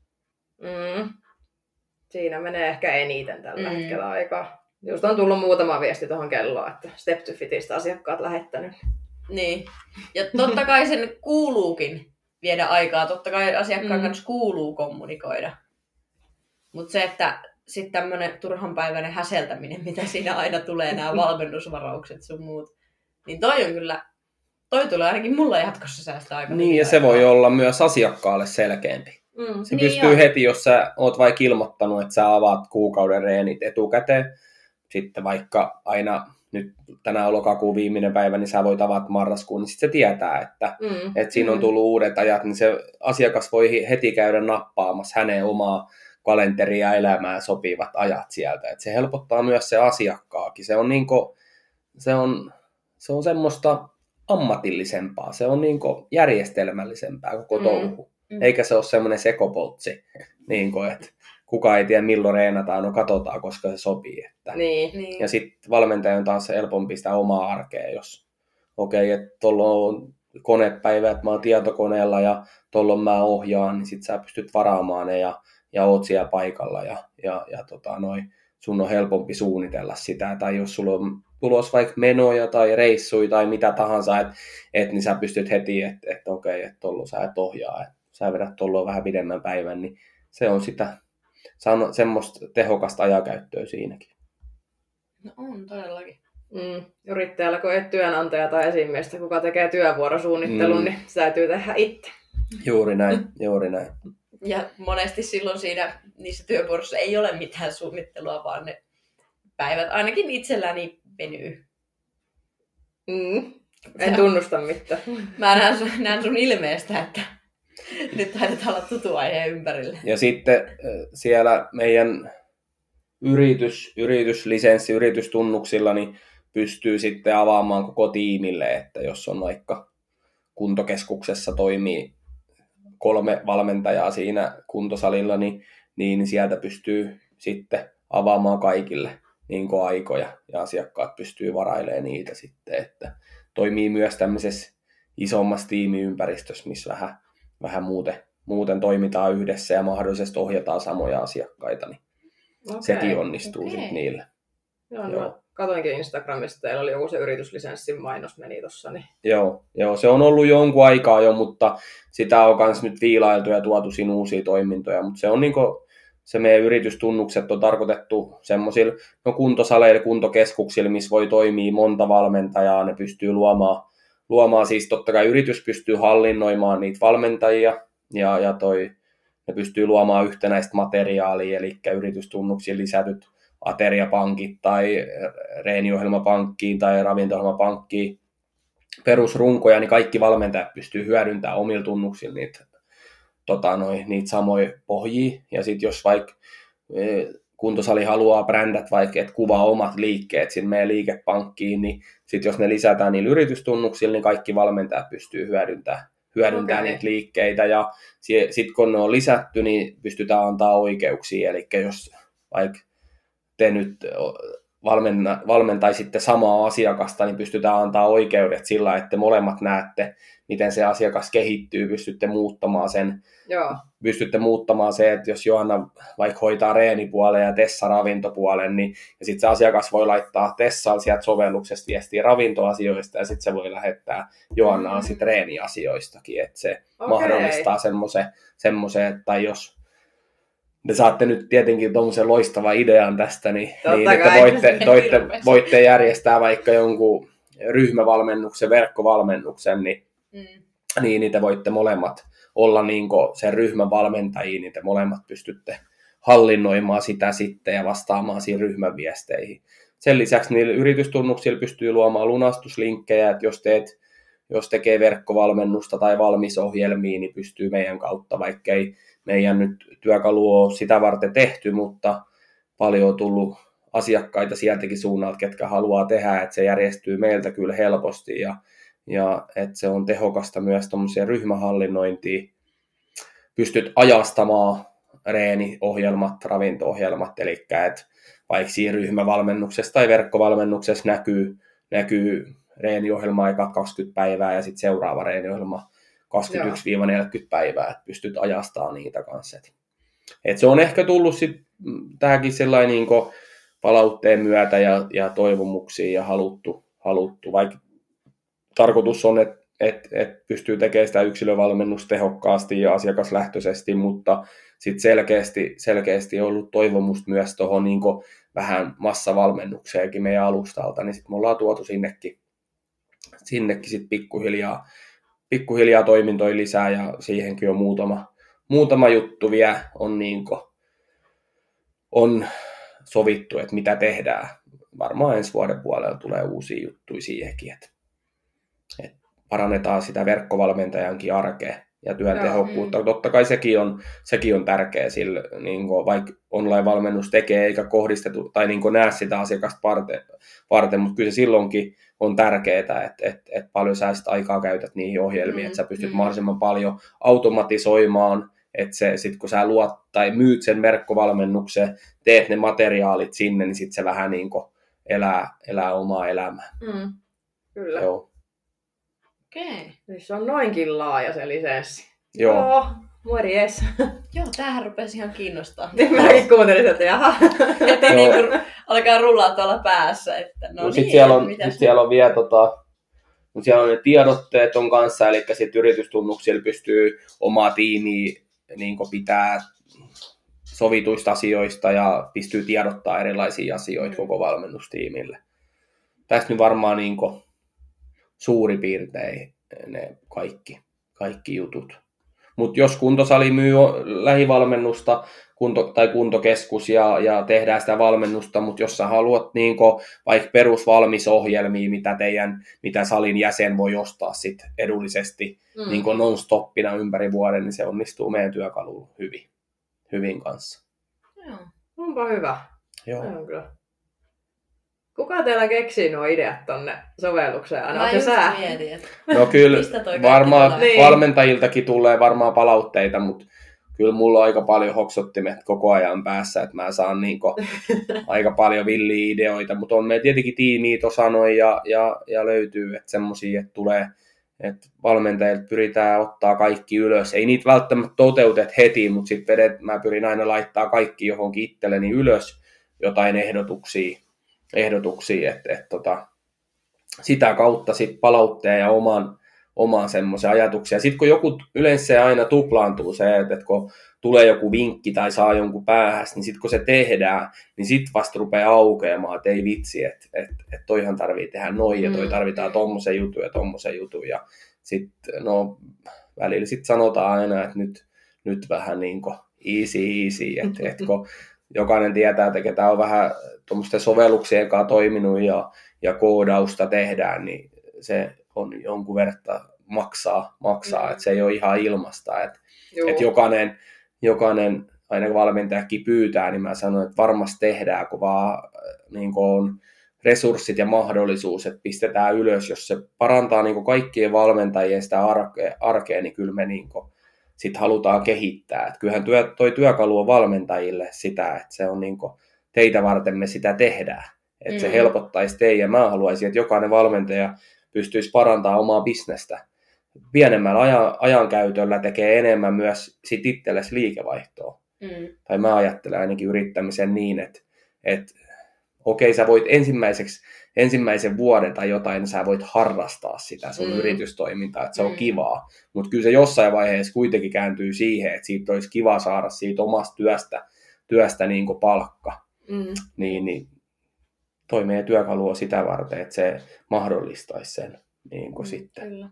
Mm. Siinä menee ehkä eniten tällä mm. hetkellä aikaa. Just on tullut muutama viesti tuohon kelloon, että Step to Fitistä asiakkaat lähettänyt. Niin. Ja totta kai sen kuuluukin viedä aikaa. Totta kai asiakkaan mm. kanssa kuuluu kommunikoida. Mutta se, että sitten tämmöinen turhanpäiväinen häseltäminen, mitä siinä aina tulee, nämä valmennusvaraukset sun muut, niin toi on kyllä, toi tulee ainakin mulla jatkossa säästää aika. Niin, ja se voi olla myös asiakkaalle selkeämpi. Mm, se niin pystyy joo. heti, jos sä oot vaikka ilmoittanut, että sä avaat kuukauden reenit etukäteen, sitten vaikka aina nyt tänään on lokakuun viimeinen päivä, niin sä voit avata marraskuun, niin sitten se tietää, että, mm, että siinä on tullut mm. uudet ajat, niin se asiakas voi heti käydä nappaamassa hänen omaa kalenteria ja elämään sopivat ajat sieltä. Et se helpottaa myös se asiakkaakin. Se on, niinku, se on, se on semmoista ammatillisempaa, se on niinku järjestelmällisempää koko touhu. Mm. Eikä se ole semmoinen sekopoltsi, niinku, että kukaan ei tiedä milloin reenataan, no katsotaan, koska se sopii. Että. Niin. Ja sitten valmentajan on taas helpompi sitä omaa arkea, jos okei, okay, että tuolla on konepäivä, että mä oon tietokoneella ja tuolla mä ohjaan, niin sit sä pystyt varaamaan ne ja ja oot siellä paikalla ja, ja, ja tota, noi, sun on helpompi suunnitella sitä. Tai jos sulla on tulos vaikka menoja tai reissuja tai mitä tahansa, että et, niin sä pystyt heti, että et, okei, että tuolla sä et ohjaa, että sä vedät tuolla vähän pidemmän päivän, niin se on sitä, se on semmoista tehokasta ajankäyttöä siinäkin. No on todellakin. Mm. Yrittäjällä, kun ei työnantaja tai esimiestä, kuka tekee työvuorosuunnittelun, mm. niin se täytyy tehdä itse. Juuri näin, juuri näin. Ja monesti silloin siinä niissä työvuorossa ei ole mitään suunnittelua, vaan ne päivät ainakin itselläni venyy. Mm. En ja tunnusta mitään. Mä näen sun, näen sun ilmeestä, että nyt taidetaan olla tutu aiheen ympärille. Ja sitten siellä meidän yritys, yrityslisenssi, yritystunnuksilla niin pystyy sitten avaamaan koko tiimille, että jos on vaikka kuntokeskuksessa toimii kolme valmentajaa siinä kuntosalilla, niin, niin sieltä pystyy sitten avaamaan kaikille niin kuin aikoja ja asiakkaat pystyy varailemaan niitä sitten, että toimii myös tämmöisessä isommassa tiimiympäristössä, missä vähän, vähän muuten, muuten toimitaan yhdessä ja mahdollisesti ohjataan samoja asiakkaita, niin okay. Sekin onnistuu okay. sitten niille. Joo, joo. No, katoinkin Instagramista, teillä oli joku se yrityslisenssin mainos meni tossa. Niin. Joo, joo, se on ollut jonkun aikaa jo, mutta sitä on myös nyt viilailtu ja tuotu siinä uusia toimintoja, mutta se on niinku, se meidän yritystunnukset on tarkoitettu semmoisille no, kuntosaleille, kuntokeskuksille, missä voi toimia monta valmentajaa, ne pystyy luomaan, luomaan siis totta kai yritys pystyy hallinnoimaan niitä valmentajia ja, ja toi, ne pystyy luomaan yhtenäistä materiaalia, eli yritystunnuksiin lisätyt ateriapankit tai reeniohjelmapankkiin tai ravinto-ohjelmapankkiin perusrunkoja, niin kaikki valmentajat pystyy hyödyntämään omilla tunnuksilla niitä, tota, noi, niitä samoja pohjia. Ja sitten jos vaikka kuntosali haluaa brändät vaikka, että kuvaa omat liikkeet sinne meidän liikepankkiin, niin sitten jos ne lisätään niillä yritystunnuksilla, niin kaikki valmentajat pystyy hyödyntämään, hyödyntämään okay. niitä liikkeitä. Ja sitten kun ne on lisätty, niin pystytään antaa oikeuksia. Eli jos vaikka te nyt valmenna, valmentaisitte samaa asiakasta, niin pystytään antaa oikeudet sillä, että molemmat näette, miten se asiakas kehittyy, pystytte muuttamaan sen. Joo. Pystytte muuttamaan se, että jos Johanna vaikka hoitaa reenipuolen ja Tessa ravintopuolen, niin ja sitten se asiakas voi laittaa Tessalla sieltä sovelluksesta viestiä ravintoasioista, ja sitten se voi lähettää Johannaan mm. sitten reeniasioistakin, että se okay. mahdollistaa semmoisen, semmoisen, että jos te saatte nyt tietenkin tuommoisen loistavan idean tästä, niin, niin että voitte, toitte, voitte järjestää vaikka jonkun ryhmävalmennuksen, verkkovalmennuksen, niin, mm. niin, niin te voitte molemmat olla niin sen ryhmän valmentajia, niin te molemmat pystytte hallinnoimaan sitä sitten ja vastaamaan siihen ryhmän viesteihin. Sen lisäksi niillä yritystunnuksilla pystyy luomaan lunastuslinkkejä, että jos teet jos tekee verkkovalmennusta tai valmisohjelmia, niin pystyy meidän kautta, vaikka ei meidän nyt työkalu ole sitä varten tehty, mutta paljon on tullut asiakkaita sieltäkin suunnalta, ketkä haluaa tehdä, että se järjestyy meiltä kyllä helposti ja, ja että se on tehokasta myös tuommoiseen ryhmähallinnointiin. pystyt ajastamaan reeniohjelmat, ravinto-ohjelmat, eli että vaikka siinä ryhmävalmennuksessa tai verkkovalmennuksessa näkyy, näkyy reeniohjelma-aika kaksikymmentä päivää ja sitten seuraava reeniohjelma kaksikymmentäyksi neljäkymmentä päivää, että pystyt ajastamaan niitä kanssa. Et, et se on ehkä tullut sitten tähänkin sellainen niin kuin palautteen myötä ja, ja toivomuksiin ja haluttu, haluttu. Vaikka tarkoitus on, että et, et pystyy tekemään sitä yksilövalmennusta tehokkaasti ja asiakaslähtöisesti, mutta sitten selkeästi, selkeästi on ollut toivomusta myös tuohon niin kuin vähän massavalmennukseenkin meidän alustalta, niin sitten me ollaan tuotu sinnekin, sinnekin sit pikkuhiljaa, pikkuhiljaa toimintoja lisää ja siihenkin on muutama, muutama juttu vielä on, niin kuin, on sovittu, että mitä tehdään. Varmaan ensi vuoden puolella tulee uusia juttuja siihenkin, että, että parannetaan sitä verkkovalmentajankin arkea ja työn tehokkuutta. Mm. Totta kai sekin on, sekin on tärkeä, sillä niin kuin, vaikka online-valmennus tekee eikä kohdistetu tai niin kuin, näe sitä asiakasta varten, varten, mutta kyllä se silloinkin on tärkeää, että, että, että paljon sä sitä aikaa käytät niihin ohjelmiin, mm. että sä pystyt mm. mahdollisimman paljon automatisoimaan, että se, sit kun sä luot tai myyt sen verkkovalmennuksen, teet ne materiaalit sinne, niin sitten se vähän niin kuin elää, elää omaa elämää. Mm. Kyllä. Joo. Okei. Nyt se on noinkin laaja se lisenssi. Joo. Joo, morjes. Joo, tämähän rupesi ihan kiinnostaa. Niin mäkin kuuntelin, että jaha. Että niinku alkaa rullaa tuolla päässä. Että no, no niin, sitten siellä on, sit siellä on vielä tota, no siellä on ne tiedotteet on kanssa, eli sitten yritystunnuksilla pystyy omaa tiimiä niin pitää sovituista asioista ja pystyy tiedottaa erilaisia asioita mm. koko valmennustiimille. Tästä nyt varmaan niin suuri piirtein ne kaikki, kaikki jutut. Mutta jos kuntosali myy lähivalmennusta kunto, tai kuntokeskus ja, ja tehdään sitä valmennusta, mutta jos sä haluat niin vaikka perusvalmisohjelmia, mitä, teidän, mitä salin jäsen voi ostaa sit edullisesti mm. niin non-stoppina ympäri vuoden, niin se onnistuu meidän työkaluun hyvin, hyvin kanssa. Joo. Onpa hyvä. Joo. On kyllä. Kuka teillä keksii nuo ideat tonne sovellukseen aina? Mä just sä? mietin, että no kyllä varmaan niin. valmentajiltakin tulee varmaan palautteita, mutta kyllä mulla on aika paljon hoksottimet koko ajan päässä, että mä saan niinku aika paljon villiä ideoita, mutta on meillä tietenkin tiimiä tuossa noin ja, ja, ja löytyy, että semmosia, että tulee, että valmentajilta pyritään ottaa kaikki ylös. Ei niitä välttämättä toteutet heti, mutta sitten mä pyrin aina laittaa kaikki johonkin itselleni ylös jotain ehdotuksia. ehdotuksia, että et, tota, sitä kautta sit palautteen ja oman, oman semmoisen ajatuksia. Sitten kun joku yleensä se aina tuplaantuu se, että et kun tulee joku vinkki tai saa jonkun päähäs, niin sitten kun se tehdään, niin sitten vasta rupeaa aukeamaan, että ei vitsi, että et, et toihan tarvii tehdä noin ja toi tarvitaan tommosen jutun ja tommosen jutun. Ja sitten no, välillä sitten sanotaan aina, että nyt, nyt vähän niin kuin easy easy, että et kun jokainen tietää, että ketä on vähän tuommoisten sovelluksien kanssa toiminut ja, ja koodausta tehdään, niin se on jonkun verran maksaa, maksaa mm. että se ei ole ihan ilmasta. Että, että jokainen, jokainen, aina kun valmentajakin pyytää, niin mä sanon, että varmasti tehdään, kun vaan niin kun on resurssit ja mahdollisuus, että pistetään ylös. Jos se parantaa niin kun kaikkien valmentajien sitä arkea, arkea niin kyllä me niin kun sitten halutaan kehittää. Et kyllähän työ, toi työkalu on valmentajille sitä, että se on niinku, teitä varten me sitä tehdään. Että mm. se helpottaisi teidän. Mä haluaisin, että jokainen valmentaja pystyisi parantamaan omaa bisnestä. Pienemmällä ajan, ajankäytöllä tekee enemmän myös sit itsellesi liikevaihtoa. Mm. Tai mä ajattelen ainakin yrittämisen niin, että, että okei, sä voit ensimmäiseksi, ensimmäisen vuoden tai jotain, sä voit harrastaa sitä sun mm. yritystoimintaa, että se on mm. kivaa. Mutta kyllä se jossain vaiheessa kuitenkin kääntyy siihen, että siitä olisi kiva saada siitä omasta työstä, työstä niin kuin palkka. Mm. Niin, niin toi meidän työkalu on sitä varten, että se mahdollistaisi sen niin kuin mm, sitten. Kyllä.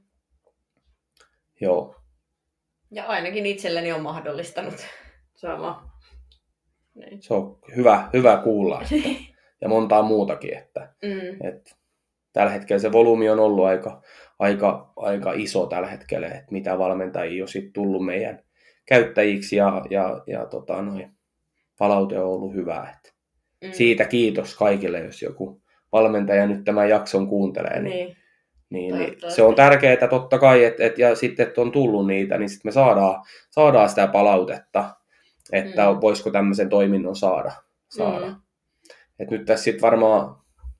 Joo. Ja ainakin itselleni on mahdollistanut. Sama. Niin. Se on hyvä, hyvä kuulla. Että, ja montaa muutakin. Että, mm. että tällä hetkellä se volyymi on ollut aika, aika, aika iso tällä hetkellä, että mitä valmentajia on sitten tullut meidän käyttäjiksi ja, ja, ja tota, noi, palaute on ollut hyvä. Että mm. siitä kiitos kaikille, jos joku valmentaja nyt tämän jakson kuuntelee, niin, niin Niin, niin se on tärkeää totta kai, että et, ja sitten, että on tullut niitä, niin sitten me saadaan, saadaan sitä palautetta, että mm. voisiko tämmöisen toiminnon saada. saada. Mm. Et nyt tässä sitten varmaan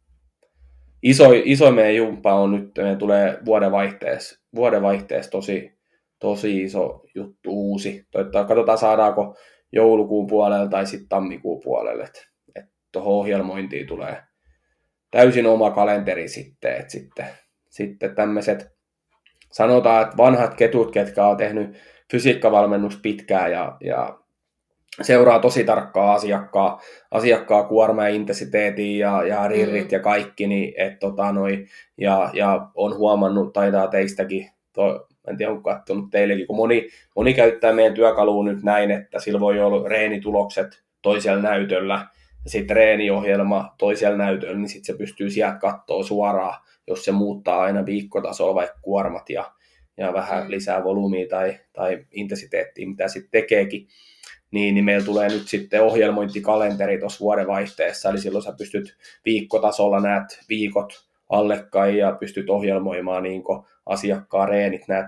iso, iso meidän jumppa on nyt, meidän tulee vuodenvaihteessa, vuodenvaihteessa tosi, tosi iso juttu uusi. Toivottavasti katsotaan saadaanko joulukuun puolelle tai sitten tammikuun puolelle, että et tuohon ohjelmointiin tulee täysin oma kalenteri sitten, että sitten, sitten tämmöiset, sanotaan, että vanhat ketut, ketkä on tehnyt fysiikkavalmennus pitkään ja, ja seuraa tosi tarkkaa asiakkaa, asiakkaa kuorma ja intensiteetin ja, ja rirrit mm. ja kaikki, niin, et, tota, noi, ja, ja on huomannut, taitaa teistäkin, to, en tiedä, onko katsonut teillekin, kun moni, moni käyttää meidän työkalua nyt näin, että sillä voi olla reenitulokset toisella näytöllä, ja sitten reeniohjelma toisella näytöllä, niin sitten se pystyy sieltä katsoa suoraan, jos se muuttaa aina viikkotasolla vaikka kuormat ja, ja vähän mm. lisää volyymia tai, tai intensiteettiä, mitä sitten tekeekin. Niin, niin meillä tulee nyt sitten ohjelmointikalenteri tuossa vuodenvaihteessa, eli silloin sä pystyt viikkotasolla näet viikot allekkain ja pystyt ohjelmoimaan niin asiakkaan reenit, näet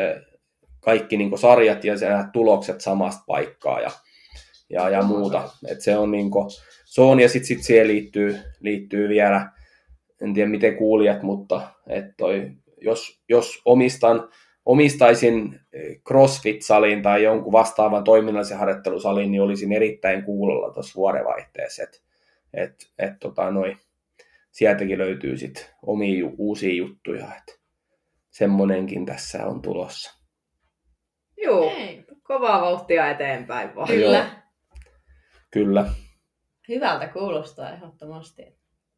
kaikki niin sarjat ja näet tulokset samasta paikkaa ja, ja, ja muuta. Et se on, niin kuin, se on ja sitten sit siihen liittyy, liittyy vielä, en tiedä miten kuulijat, mutta et toi, jos, jos omistan omistaisin CrossFit-salin tai jonkun vastaavan toiminnallisen harjoittelusalin, niin olisin erittäin kuulolla tuossa vuodenvaihteessa. Et, et, et, tota, noi, sieltäkin löytyy sit omia uusia juttuja. Et semmonenkin tässä on tulossa. Joo, kovaa vauhtia eteenpäin vaan. Kyllä. Joo. Kyllä. Hyvältä kuulostaa ehdottomasti.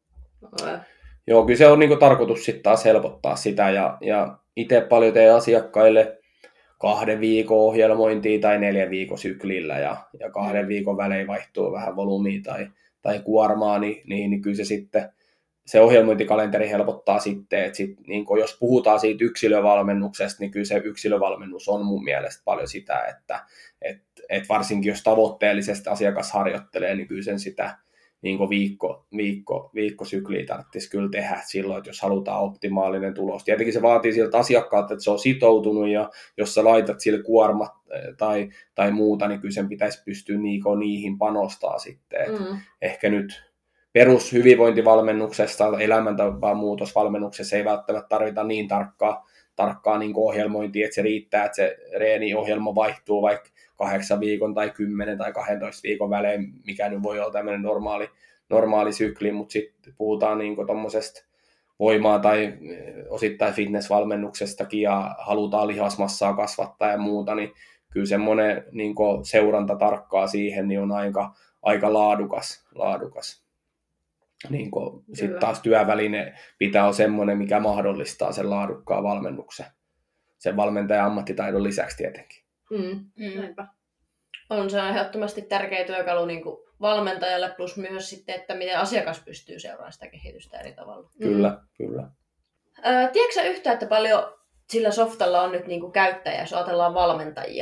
No. Joo, kyllä se on niinku tarkoitus sitten taas helpottaa sitä ja, ja itse paljon teen asiakkaille kahden viikon ohjelmointia tai neljän viikon syklillä ja, ja kahden viikon välein vaihtuu vähän volyymia tai, tai kuormaa, niin, niin, niin kyllä se sitten se ohjelmointikalenteri helpottaa sitten, että sit, niin jos puhutaan siitä yksilövalmennuksesta, niin kyllä se yksilövalmennus on mun mielestä paljon sitä, että et, et varsinkin jos tavoitteellisesti asiakas harjoittelee, niin kyllä sen sitä niin viikko, viikko, viikkosykliä tarvitsisi kyllä tehdä silloin, että jos halutaan optimaalinen tulos. Tietenkin se vaatii siltä asiakkaalta, että se on sitoutunut ja jos sä laitat sille kuormat tai, tai muuta, niin kyllä sen pitäisi pystyä niiko, niihin panostaa sitten. Mm. Ehkä nyt perushyvinvointivalmennuksesta, elämäntapaan muutosvalmennuksessa ei välttämättä tarvita niin tarkkaa, tarkkaa niin ohjelmointia, että se riittää, että se reeniohjelma vaihtuu vaikka kahdeksan viikon tai kymmenen tai kahdentoista viikon välein, mikä nyt voi olla tämmöinen normaali, normaali sykli, mutta sitten puhutaan niin tuommoisesta voimaa tai osittain fitnessvalmennuksestakin ja halutaan lihasmassaa kasvattaa ja muuta, niin kyllä semmoinen niin seuranta tarkkaa siihen niin on aika, aika laadukas. laadukas. Niin sitten taas työväline pitää olla semmoinen, mikä mahdollistaa sen laadukkaan valmennuksen. Sen valmentajan ammattitaidon lisäksi tietenkin. Mm. Mm. On se ehdottomasti tärkeä työkalu niin kuin valmentajalle, plus myös sitten, että miten asiakas pystyy seuraamaan sitä kehitystä eri tavalla. Kyllä, mm. kyllä. Öö, tiedätkö sä yhtään, että paljon sillä softalla on nyt niin kuin käyttäjä, jos ajatellaan valmentajia?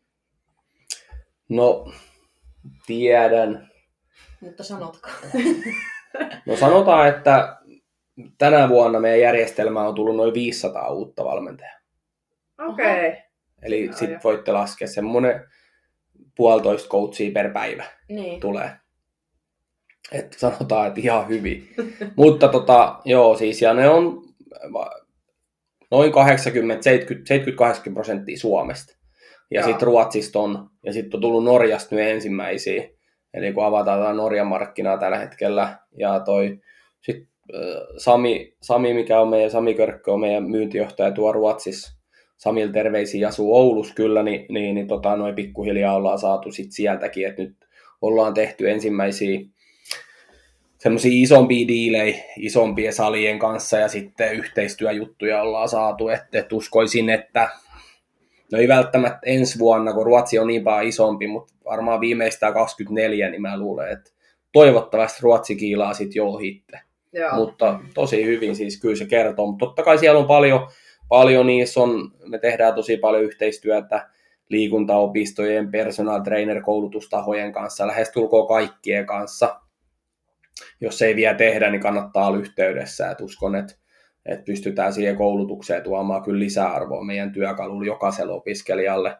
No, tiedän. Mutta sanotko? No sanotaan, että tänä vuonna meidän järjestelmään on tullut noin viisisataa uutta valmentajaa. Okei. Okay. Eli no, sitten voitte laskea semmoinen puolitoista coachia per päivä niin. tulee. Että sanotaan, että ihan hyvin. Mutta tota, joo, siis ja ne on noin kahdeksankymmentä seitsemänkymmentä kahdeksankymmentä prosenttia Suomesta. Ja sitten Ruotsista on, ja sitten on tullut Norjasta nyt ensimmäisiä. Eli kun avataan Norjan markkinaa tällä hetkellä, ja toi sit, äh, Sami, Sami, mikä on meidän, Sami Körkkö on meidän myyntijohtaja tuo Ruotsissa, Samil terveisiä asuu Oulussa kyllä, niin, niin, niin tota, noin pikkuhiljaa ollaan saatu sit sieltäkin, että nyt ollaan tehty ensimmäisiä semmoisia isompia diilejä isompien salien kanssa, ja sitten yhteistyöjuttuja ollaan saatu, että et uskoisin, että no ei välttämättä ensi vuonna, kun Ruotsi on niin paljon isompi, mutta varmaan viimeistään kaksikymmentäneljä, niin mä luulen, että toivottavasti Ruotsi kiilaa sitten jo ohitte. Joo. Mutta tosi hyvin siis kyllä se kertoo. Mutta totta kai siellä on paljon, paljon niissä on, me tehdään tosi paljon yhteistyötä liikuntaopistojen, personal trainer koulutustahojen kanssa, lähestulkoon kaikkien kanssa. Jos ei vielä tehdä, niin kannattaa olla yhteydessä. Et uskon, että että pystytään siihen koulutukseen tuomaan kyllä lisäarvoa meidän työkaluun jokaiselle opiskelijalle.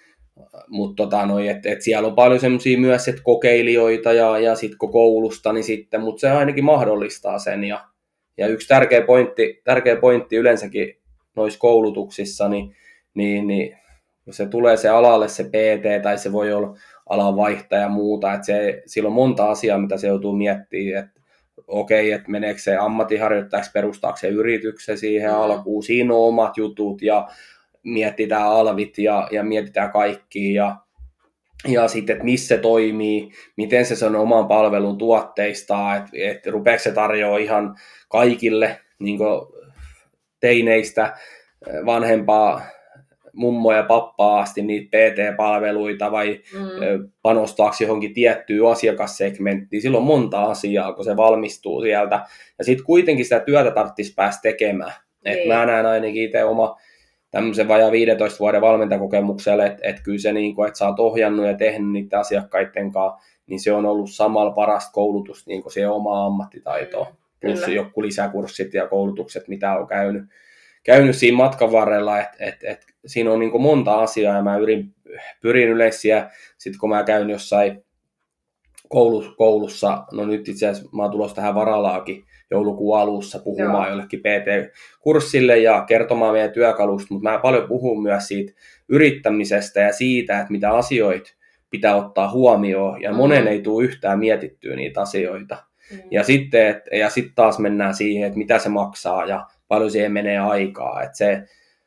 Mutta tota, no, et, et siellä on paljon semmoisia myös et kokeilijoita ja, ja sit koulusta, niin sitten, mutta se ainakin mahdollistaa sen. Ja, ja yksi tärkeä pointti, tärkeä pointti yleensäkin noissa koulutuksissa, niin, niin, niin jos se tulee se alalle se P T tai se voi olla alanvaihtaja ja muuta, että se, sillä on monta asiaa, mitä se joutuu miettimään, että okei, että meneekö se ammattiharjoittajaksi, perustaako se yrityksen siihen alkuun, siinä on omat jutut ja mietitään alvit ja, ja mietitään kaikki ja, ja sitten, että missä se toimii, miten se on oman palvelun tuotteistaa, että, että rupeeko se tarjoaa ihan kaikille niin kuin teineistä vanhempaa mummoa ja pappaa asti niitä P T-palveluita vai mm. panostaako johonkin tiettyyn asiakassegmenttiin. Silloin on monta asiaa, kun se valmistuu sieltä. Ja sitten kuitenkin sitä työtä tarvitsisi päästä tekemään. Et mä näen ainakin itse oma tämmöisen vajaa viidentoista vuoden valmentajakokemukselle, että et kyllä se, niin että sä oot ohjannut ja tehnyt niitä asiakkaiden kanssa, niin se on ollut samalla parasta koulutusta niin siihen omaa ammattitaitoa. Mm, plus joku lisäkurssit ja koulutukset, mitä on käynyt. käynyt siinä matkan varrella, että et, et, siinä on niin monta asiaa ja mä yrin, pyrin yleisiä, sitten kun mä käyn jossain koulussa, koulussa, no nyt itse asiassa mä oon tulossa tähän Varalaakin joulukuun alussa puhumaan Joo. jollekin P T-kurssille ja kertomaan meidän työkalusta, mutta mä paljon puhun myös siitä yrittämisestä ja siitä, että mitä asioita pitää ottaa huomioon ja mm. monen ei tule yhtään mietittyä niitä asioita. Mm. Ja sitten et, ja sit taas mennään siihen, että mitä se maksaa ja paljon siihen menee aikaa. Et se,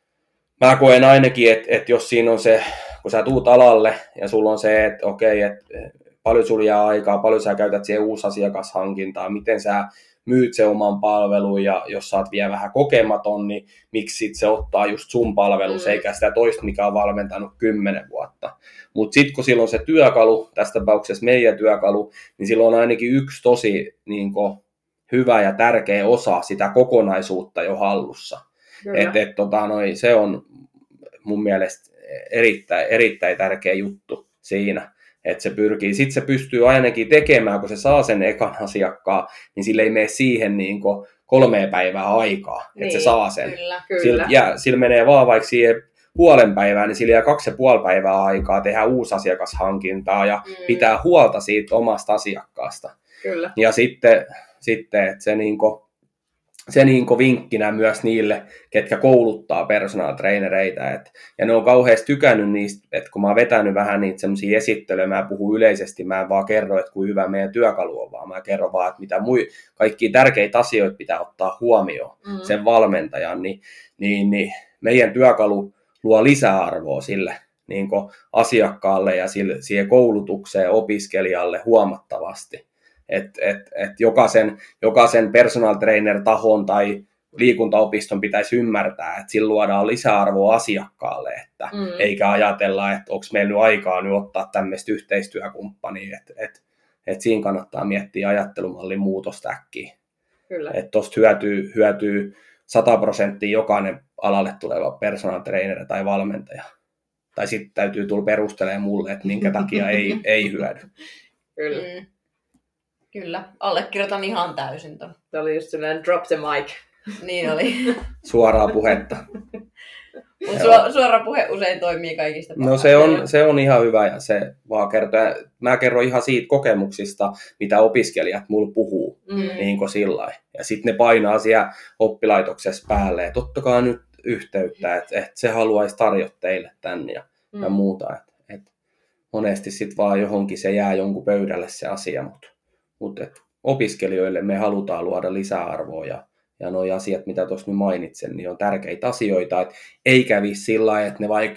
mä koen ainakin, että et jos siinä on se, kun sä tuut alalle ja sulla on se, että okei, että paljon sulla jää aikaa, paljon sä käytät siihen uusi asiakashankintaa, miten sä myyt se oman palvelun ja jos sä oot vielä vähän kokematon, niin miksi sit se ottaa just sun palvelus, mm. eikä sitä toista, mikä on valmentanut kymmenen vuotta. Mutta sitten kun silloin se työkalu, tässä tapauksessa meidän työkalu, niin silloin on ainakin yksi tosi niin kun, hyvä ja tärkeä osa sitä kokonaisuutta jo hallussa. Et, et, tota, noi, se on mun mielestä erittäin, erittäin tärkeä juttu siinä, että se pyrkii. Sitten se pystyy ainakin tekemään, kun se saa sen ekan asiakkaan, niin sille ei mene siihen niin kuin kolmeen päivää aikaa, niin, että se saa sen. Kyllä, kyllä. Sillä, ja, sillä menee vaan vaikka siihen puolen päivää, niin sillä jää kaksi ja puoli päivää aikaa tehdä uusi asiakashankintaa ja mm. pitää huolta siitä omasta asiakkaasta. Kyllä. Ja sitten, sitten että se, niinku, se niinku vinkkinä myös niille, ketkä kouluttaa personal trainereita. Et, ja ne on kauheasti tykännyt niistä, että kun mä oon vetänyt vähän niitä semmoisia esittelyjä, mä puhun yleisesti, mä en vaan kerro, että kuinka hyvä meidän työkalu on, vaan mä kerron vaan, että mitä mui, kaikkia tärkeitä asioita pitää ottaa huomioon mm. sen valmentajan, niin, niin, niin meidän työkalu luo lisäarvoa sille niin kuin asiakkaalle ja sille, siihen koulutukseen opiskelijalle huomattavasti. Että et, et jokaisen, jokaisen personal trainer-tahon tai liikuntaopiston pitäisi ymmärtää, että sillä luodaan lisäarvoa asiakkaalle, että mm. eikä ajatella, että onko meillä nyt aikaa nyt ottaa tämmöistä yhteistyökumppania, että et, et siinä kannattaa miettiä ajattelumallin muutosta äkkiä. Että tuosta hyötyy, hyötyy sata prosenttia jokainen alalle tuleva personal trainer tai valmentaja. Tai sitten täytyy tulla perustelemaan mulle, että minkä takia ei, ei hyödy. Kyllä. Mm. Kyllä, allekirjoitan ihan täysin ton. Tämä oli just sellainen drop the mic. Niin oli. Suoraa puhetta. Mutta su- suora puhe usein toimii kaikista parhaiten. No se on, se on ihan hyvä ja se vaan kertoo. Mä kerron ihan siitä kokemuksista, mitä opiskelijat mulla puhuu. Mm. Niin kuin sillain. Ja sitten ne painaa siellä oppilaitoksessa päälle, että ottakaa nyt yhteyttä, että et se haluaisi tarjota teille tänne ja, mm. ja muuta. Et, et monesti sitten vaan johonkin se jää jonkun pöydälle se asia, mutta mut opiskelijoille me halutaan luoda lisäarvoa ja Ja nuo asiat, mitä tuossa nyt mainitsen, niin on tärkeitä asioita. Et ei kävisi sillä lailla, että ne vaikka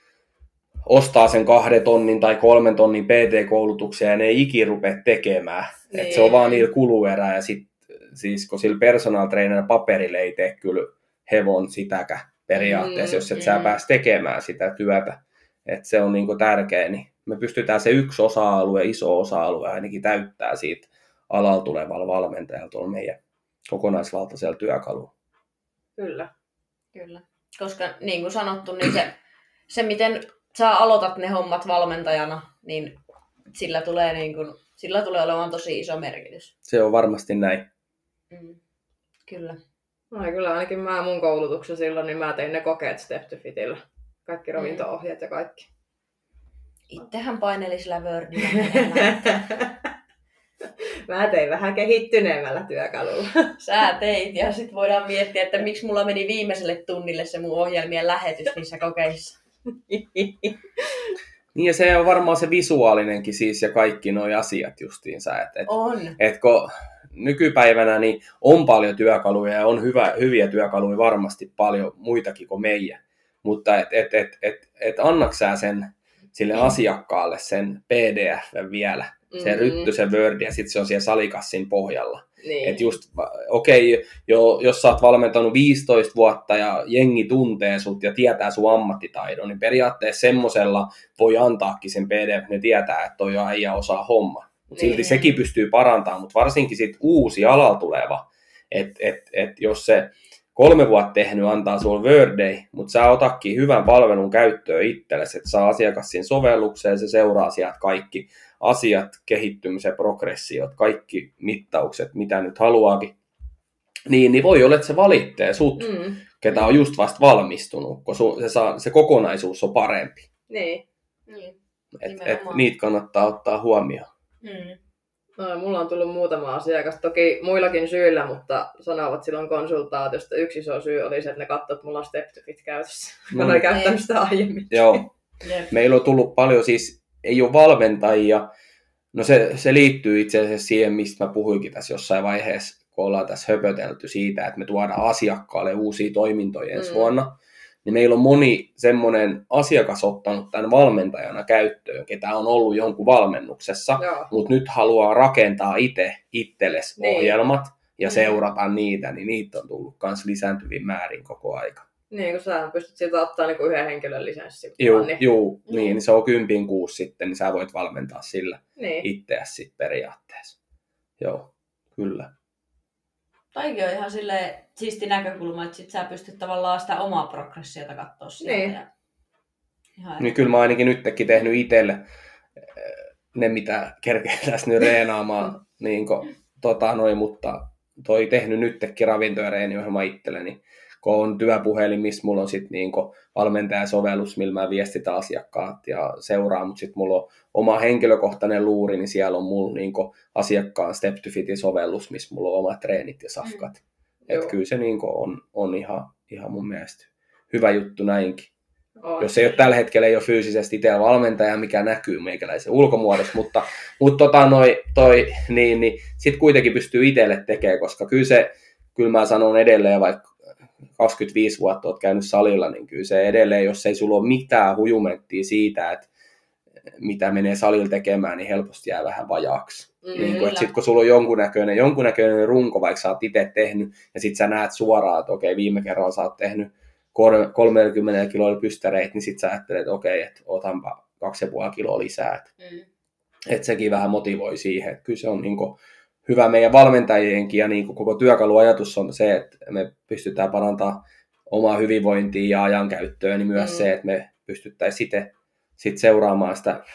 ostaa sen kahden tonnin tai kolmen tonnin P T-koulutuksia ja ne ei ikin rupea tekemään. Niin. Et se on vaan niillä kuluerä ja sit, siis kun sillä personal trainer paperille ei tee kyllä hevon sitäkään periaatteessa, mm, jos et mm. sä pääs tekemään sitä työtä. Et se on niinku tärkeä, niin me pystytään se yksi osa-alue, iso osa-alue ainakin täyttää siitä alalla tulevalla valmentajalla tuolla meidän kokonaisvaltaisella työkalulla. Kyllä, kyllä. Koska niin kuin sanottu, niin se, se miten sä aloitat ne hommat valmentajana, niin sillä tulee, niin kuin, sillä tulee olemaan tosi iso merkitys. Se on varmasti näin. Mm, kyllä. No kyllä ainakin mä mun koulutuksen silloin, niin mä tein ne kokeet Step to Fitillä. Kaikki ravinto-ohjeet ja kaikki. Itsehän paineli sillä Wordillä. Mä tein vähän kehittyneemmällä työkalulla. Sä teit ja sit voidaan miettiä, että miksi mulla meni viimeiselle tunnille se mun ohjelmien lähetys niissä kokeissa. Niin ja se on varmaan se visuaalinenkin siis ja kaikki nuo asiat justiinsa. Et, et, on. Et kun nykypäivänä niin on paljon työkaluja ja on hyvä, hyviä työkaluja varmasti paljon muitakin kuin meidän. Mutta et, et, et, et, et annaks sä sen sille asiakkaalle sen P D F vielä, se mm-hmm. ryttysen Word ja sitten se on siellä salikassin pohjalla. Niin. Että just, okei, okay, jo, jos sä oot valmentanut viisitoista vuotta ja jengi tuntee sut ja tietää sun ammattitaidon, niin periaatteessa semmosella voi antaakin sen P D F, ne tietää, että toi äijä osaa homma. Mutta silti niin. sekin pystyy parantamaan, mutta varsinkin sit uusi alalla tuleva, että et, et jos se kolme vuotta tehnyt antaa sulle Worday, mutta sä otakin hyvän palvelun käyttöön itsellesi, että saa asiakas siinä sovellukseen, se seuraa sieltä kaikki asiat, kehittymisen progressiot, kaikki mittaukset, mitä nyt haluaakin. Niin, niin voi olla, että se valitsee sut, mm. ketä on just vasta valmistunut, kun se, saa, se kokonaisuus on parempi. Niin. niin. Et, et niitä kannattaa ottaa huomioon. Mm. No, mulla on tullut muutama asiakas, toki muillakin syillä, mutta sanovat silloin konsultaatiosta. Yksi iso syy oli se, että ne katsovat, että mulla on Step to Fit käytössä. Mä olen käyttänyt sitä aiemmin. Joo. Yep. Meillä on tullut paljon, siis ei ole valmentajia. No se, se liittyy itse asiassa siihen, mistä mä puhuinkin tässä jossain vaiheessa, kun ollaan tässä höpötelty siitä, että me tuodaan asiakkaalle uusia toimintoja ensi mm. vuonna. Niin meillä on moni semmoinen asiakas ottanut tämän valmentajana käyttöön, ketä on ollut jonkun valmennuksessa, Joo. mutta nyt haluaa rakentaa itse itsellesi niin. ohjelmat ja Mm. seurata niitä, niin niitä on tullut myös lisääntyviin määrin koko aika. Niin, kun sä pystyt siitä ottaa niinku yhden henkilön lisenssi. Joo, niin. juu, niin se on kympin kuusi sitten, niin sä voit valmentaa sillä niin. itseäsi sitten periaatteessa. Joo, kyllä. Toikin on ihan silleen siisti näkökulma, että sit sä pystyt tavallaan sitä omaa progressiota katsoa sieltä. Niin. Ja... Ihan Niin kyllä mä ainakin nytkin tehnyt itselle ne, mitä kerkeä tässä nyt reenaamaan, niin kuin, tota, noin, mutta toi tehnyt nytkin ravinto- ja reeniohjelma itselleni, kun on työpuhelin, missä mulla on sitten niin valmentajasovellus, millä mä viestitän asiakkaat ja seuraa, mutta sitten mulla on oma henkilökohtainen luuri, niin siellä on mulla niin asiakkaan Step to Fitin sovellus, missä mulla on omat treenit ja safkat. Mm. Että kyllä se niin on, on ihan, ihan mun mielestä hyvä juttu näinkin. Oh. Jos ei ole tällä hetkellä ei ole fyysisesti itsellä valmentaja, mikä näkyy meikäläisen ulkomuodossa, mutta, mutta tota noi, toi, niin, niin sitten kuitenkin pystyy itselle tekemään, koska kyllä se, kyllä mä sanon edelleen, vaikka kaksikymmentäviisi vuotta olet käynyt salilla, niin kyllä se edelleen, jos ei sulla ole mitään hujumenttia siitä, että mitä menee salilla tekemään, niin helposti jää vähän vajaaksi. Mm, niin kun, sitten kun sulla on jonkunnäköinen, jonkunnäköinen runko, vaikka sä oot itse tehnyt, ja sitten sä näet suoraan, että okei, viime kerralla sä oot tehnyt kolmekymmentä kiloa pystäreitä, niin sitten sä ajattelet, että okei, että otanpa kaksi pilkku viisi kiloa lisää. Että mm. et sekin vähän motivoi siihen. Että kyllä se on niin kuin hyvä meidän valmentajienkin ja niin kuin koko työkaluajatus on se, että me pystytään parantamaan omaa hyvinvointia ja ajankäyttöä, niin myös mm. se, että me pystyttäisiin sitten sit seuraamaan sitä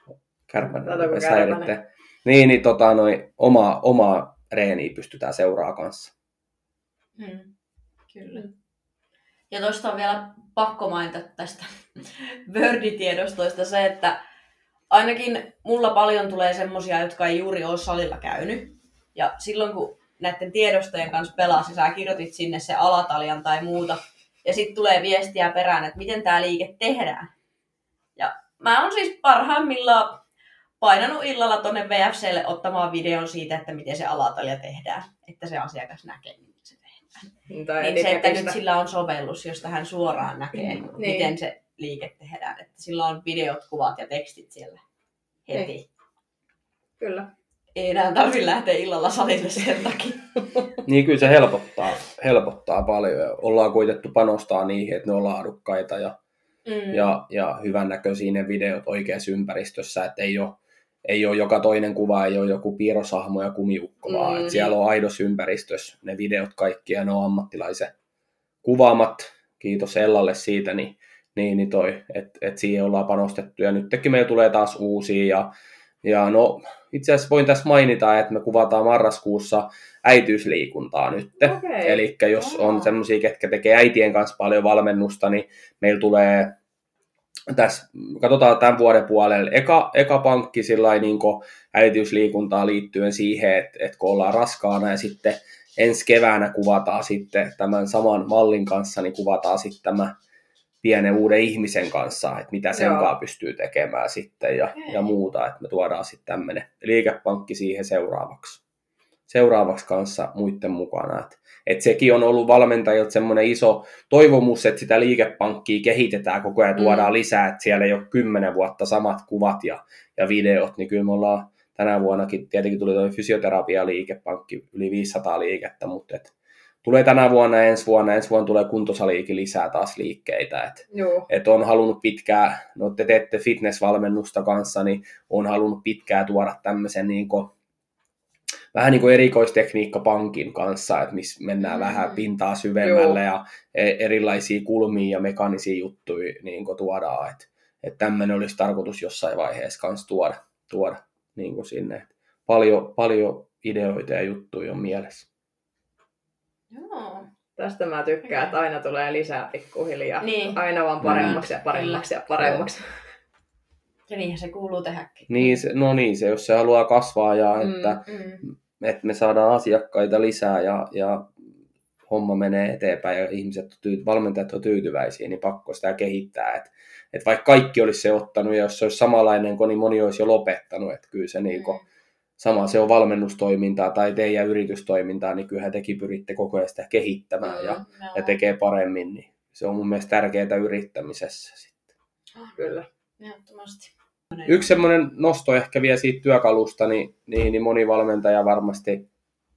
kärpänä. Niin, niin tota, noi, omaa, omaa reeniä pystytään seuraamaan kanssa. Mm. Kyllä. Ja tuosta on vielä pakko mainita tästä Word-tiedostoista se, että ainakin mulla paljon tulee semmosia, jotka ei juuri ole salilla käynyt. Ja silloin kun näiden tiedostojen kanssa pelasi, sä kirjoitit sinne se alataljan tai muuta. Ja sitten tulee viestiä perään, että miten tämä liike tehdään. Ja mä oon siis parhaimmillaan painanut illalla tonne V F C:lle ottamaan videon siitä, että miten se alatalja tehdään. Että se asiakas näkee, miten se tehdään. Tai niin se, että nyt sillä on sovellus, josta hän suoraan näkee, niin. miten se liike tehdään. Että sillä on videot, kuvat ja tekstit siellä heti. Niin. Kyllä. Ei enää tarvitse lähteä illalla salille sen takia. Niin kyllä se helpottaa, helpottaa paljon. Ollaan koitettu panostaa niihin, että ne on laadukkaita ja, mm. ja, ja hyvännäköisiä ne videot oikeassa ympäristössä. Että ei ole, ei ole joka toinen kuva, ei ole joku piirroshahmo ja kumiukko, vaan mm. että siellä on aidossa ympäristössä ne videot kaikki ja ne on ammattilaisen kuvaamat. Kiitos Ellalle siitä, niin, niin, niin toi, että et siihen ollaan panostettu. Ja nytkin meillä tulee taas uusia ja Ja no, itse asiassa voin tässä mainita, että me kuvataan marraskuussa äitiysliikuntaa nyt. Okay. Eli jos on semmoisia, ketkä tekee äitien kanssa paljon valmennusta, niin meillä tulee tässä, katsotaan tämän vuoden puolella, eka, eka pankki sillain niin kuin äitiysliikuntaa liittyen siihen, että, että kun ollaan raskaana ja sitten ensi keväänä kuvataan sitten tämän saman mallin kanssa, niin kuvataan sitten tämä pienen uuden ihmisen kanssa, että mitä sen kanssa pystyy tekemään sitten ja, ja muuta, että me tuodaan sitten tämmöinen liikepankki siihen seuraavaksi, seuraavaksi kanssa muiden mukana. Että et sekin on ollut valmentajilta semmoinen iso toivomus, että sitä liikepankkia kehitetään koko ajan, tuodaan mm. lisää, että siellä ei ole kymmenen vuotta samat kuvat ja, ja videot, niin kyllä me ollaan tänä vuonnakin, tietenkin tuli tuo fysioterapia-liikepankki, yli viisisataa liikettä, mutta et tulee tänä vuonna ja ensi vuonna, ensi vuonna tulee kuntosaliikin lisää taas liikkeitä, että et on halunnut pitkään, no te teette fitnessvalmennusta kanssa, niin on halunnut pitkään tuoda tämmöisen niin kuin, vähän niin kuin erikoistekniikkapankin kanssa, että missä mennään mm. vähän pintaa syvemmälle Joo. ja erilaisia kulmia ja mekanisia juttuja niin kuin tuodaan, että et tämmöinen olisi tarkoitus jossain vaiheessa kanssa tuoda, tuoda niin kuin sinne. Paljon, paljon ideoita ja juttuja on mielessä. Joo. Tästä mä tykkään, että aina tulee lisää pikkuhiljaa. Niin. Aina vaan paremmaksi ja paremmaksi ja paremmaksi. Ja niinhän se kuuluu tehdäkin. Niin, se, no niin, se jos se haluaa kasvaa ja että, mm, mm. että me saadaan asiakkaita lisää ja, ja homma menee eteenpäin ja ihmiset, valmentajat on tyytyväisiä, niin pakko sitä kehittää. Että, että vaikka kaikki olisi se ottanut ja jos se olisi samanlainen, niin moni olisi jo lopettanut. Että kyllä se niin kuin, mm. sama se on valmennustoimintaa tai teidän yritystoimintaa, niin kyllähän tekin pyritte koko ajan sitä kehittämään mm, ja, ja tekee paremmin. Niin se on mun mielestä tärkeää yrittämisessä sitten. Oh, kyllä, ehdottomasti. Yksi semmoinen nosto ehkä vielä siitä työkalusta, niin, niin, niin moni valmentaja varmasti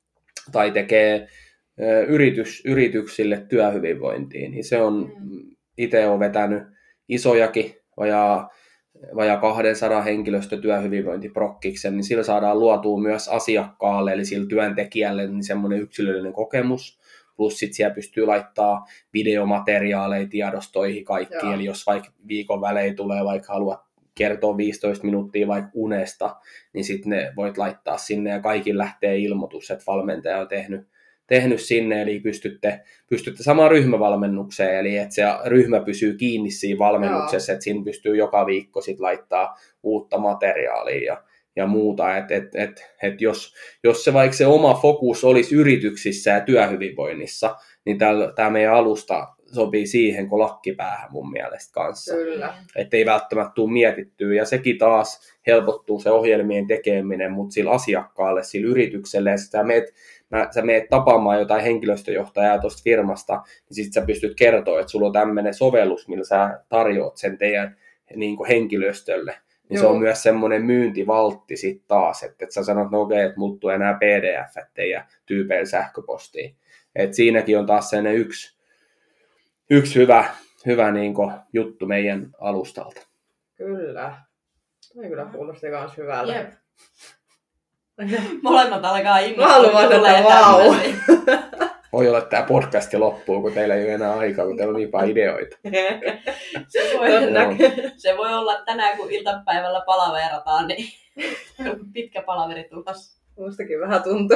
tai tekee ö, yritys, yrityksille työhyvinvointiin. Niin se on, mm. itse olen vetänyt isojakin, vajaa, vajaa kahdensadan henkilöstötyöhyvinvointiprokkiksen, niin sillä saadaan luotua myös asiakkaalle, eli sillä työntekijälle, niin semmoinen yksilöllinen kokemus. Plus sitten siellä pystyy laittaa videomateriaaleja tiedostoihin kaikki, Joo. eli jos vaikka viikon välein tulee, vaikka haluat kertoo viisitoista minuuttia vaikka unesta, niin sitten ne voit laittaa sinne ja kaikille lähtee ilmoitus, että valmentaja on tehnyt, tehnyt sinne, eli pystytte, pystytte samaan ryhmävalmennukseen, eli että se ryhmä pysyy kiinni siinä valmennuksessa, Joo. että siinä pystyy joka viikko sitten laittaa uutta materiaalia ja, ja muuta, että et, et, et jos, jos se vaikka se oma fokus olisi yrityksissä ja työhyvinvoinnissa, niin tämä meidän alusta sopii siihen kuin lakkipäähän mun mielestä kanssa. Kyllä. Että ei välttämättä tule mietittyä. Ja sekin taas helpottuu se ohjelmien tekeminen, mutta sillä asiakkaalle, sillä yritykselle, ja sä meet, mä, sä meet tapaamaan jotain henkilöstöjohtajaa tuosta firmasta, niin sitten sä pystyt kertoa, että sulla on tämmöinen sovellus, millä sä tarjoat sen teidän niin kuin henkilöstölle. Niin se on myös semmoinen myyntivaltti sitten taas, että, että sä sanot, no okei, että mulla tulee nämä P D F teidän tyypeillä sähköpostiin. Että siinäkin on taas sellainen yksi Yksi hyvä, hyvä niin kuin, juttu meidän alustalta. Kyllä. Toi kyllä kuulosti myös hyvältä. Jep. Molemmat alkaa innostua. Mä haluan, että vau. Voi olla, että tämä podcasti loppuu, kun teillä ei ole enää aikaa, kun teillä on niin paljon ideoita. se, voi, se voi olla, että tänään kun iltapäivällä palaverataan, niin pitkä palaveri tulossa. Mustakin vähän tuntuu.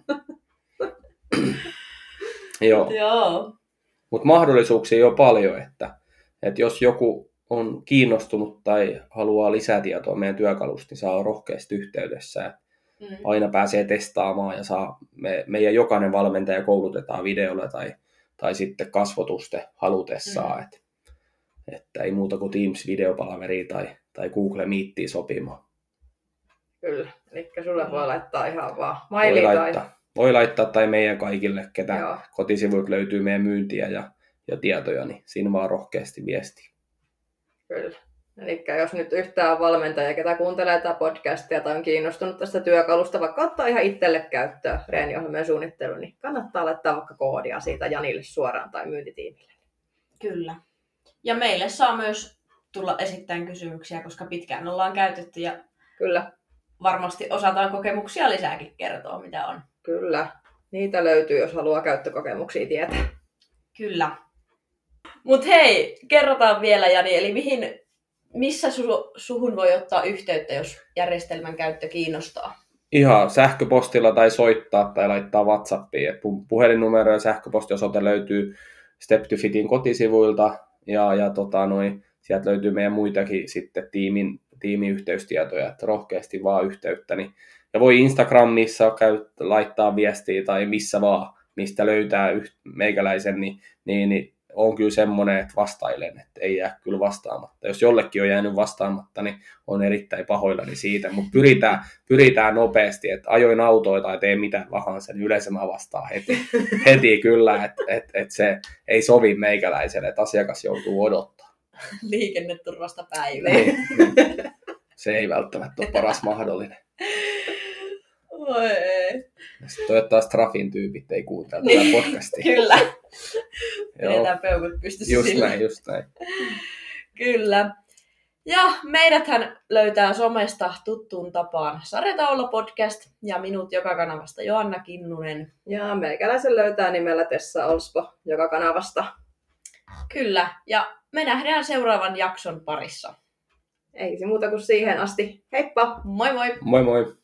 Joo. Joo. Mutta mahdollisuuksia on paljon, että, että jos joku on kiinnostunut tai haluaa lisätietoa meidän työkalusta, niin saa rohkeasti yhteydessä. Mm. Aina pääsee testaamaan ja saa, me, meidän jokainen valmentaja koulutetaan videolla tai, tai sitten kasvotuste halutessaan. Mm. Että, että ei muuta kuin Teams-videopalaveri tai, tai Google Meetia sopimaan. Kyllä, eli sulle voi laittaa ihan vaan mailiin voi tai... laittaa. Voi laittaa tai meidän kaikille, ketä Joo. kotisivuilta löytyy meidän myyntiä ja, ja tietoja, niin siinä vaan rohkeasti viestiä. Kyllä. Eli jos nyt yhtään valmentaja, ketä kuuntelee tätä podcastia tai on kiinnostunut tästä työkalusta, vaikka ottaa ihan itselle käyttöön treeniohjelmien suunnittelu, niin kannattaa laittaa vaikka koodia siitä Janille suoraan tai myyntitiimille. Kyllä. Ja meille saa myös tulla esittämään kysymyksiä, koska pitkään ollaan käytetty ja Kyllä. varmasti osataan kokemuksia lisääkin kertoa, mitä on. Kyllä. Niitä löytyy, jos haluaa käyttökokemuksia tietää. Kyllä. Mut hei, kerrotaan vielä Jani, eli mihin, missä su- suhun voi ottaa yhteyttä, jos järjestelmän käyttö kiinnostaa? Ihan sähköpostilla tai soittaa tai laittaa WhatsAppiin. Et puhelinnumero ja sähköpostiosoite löytyy Step to Fitin kotisivuilta ja, ja tota, noin, sieltä löytyy meidän muitakin sitten tiimin, tiimin yhteystietoja, että rohkeasti vaan yhteyttä. Niin, ja voi Instagramissa käy, laittaa viestiä tai missä vaan, mistä löytää yht, meikäläisen, niin, niin, niin on kyllä semmoinen, että vastailen, että ei jää kyllä vastaamatta. Jos jollekin on jäänyt vastaamatta, niin on erittäin pahoillani siitä, mutta pyritään, pyritään nopeasti, että ajoin autoa tai tein mitä vahansa, niin yleensä mä vastaan heti, heti kyllä, että et, et se ei sovi meikäläiselle, että asiakas joutuu odottaa. Liikenneturvasta päivää. Niin, niin. Se ei välttämättä ole paras mahdollinen. Oi ei. Toivottavasti Trafin tyypit ei kuuntele tätä podcastia. Kyllä. Pidetään peukut pystyssä just sille. näin, just näin. Kyllä. Ja meidäthän löytää somesta tuttuun tapaan Sarjataululla podcast ja minut joka kanavasta Joanna Kinnunen. Ja meikäläisen löytää nimellä Tessa Olspo joka kanavasta. Kyllä. Ja me nähdään seuraavan jakson parissa. Ei se muuta kuin siihen asti. Heippa! Moi moi! Moi moi!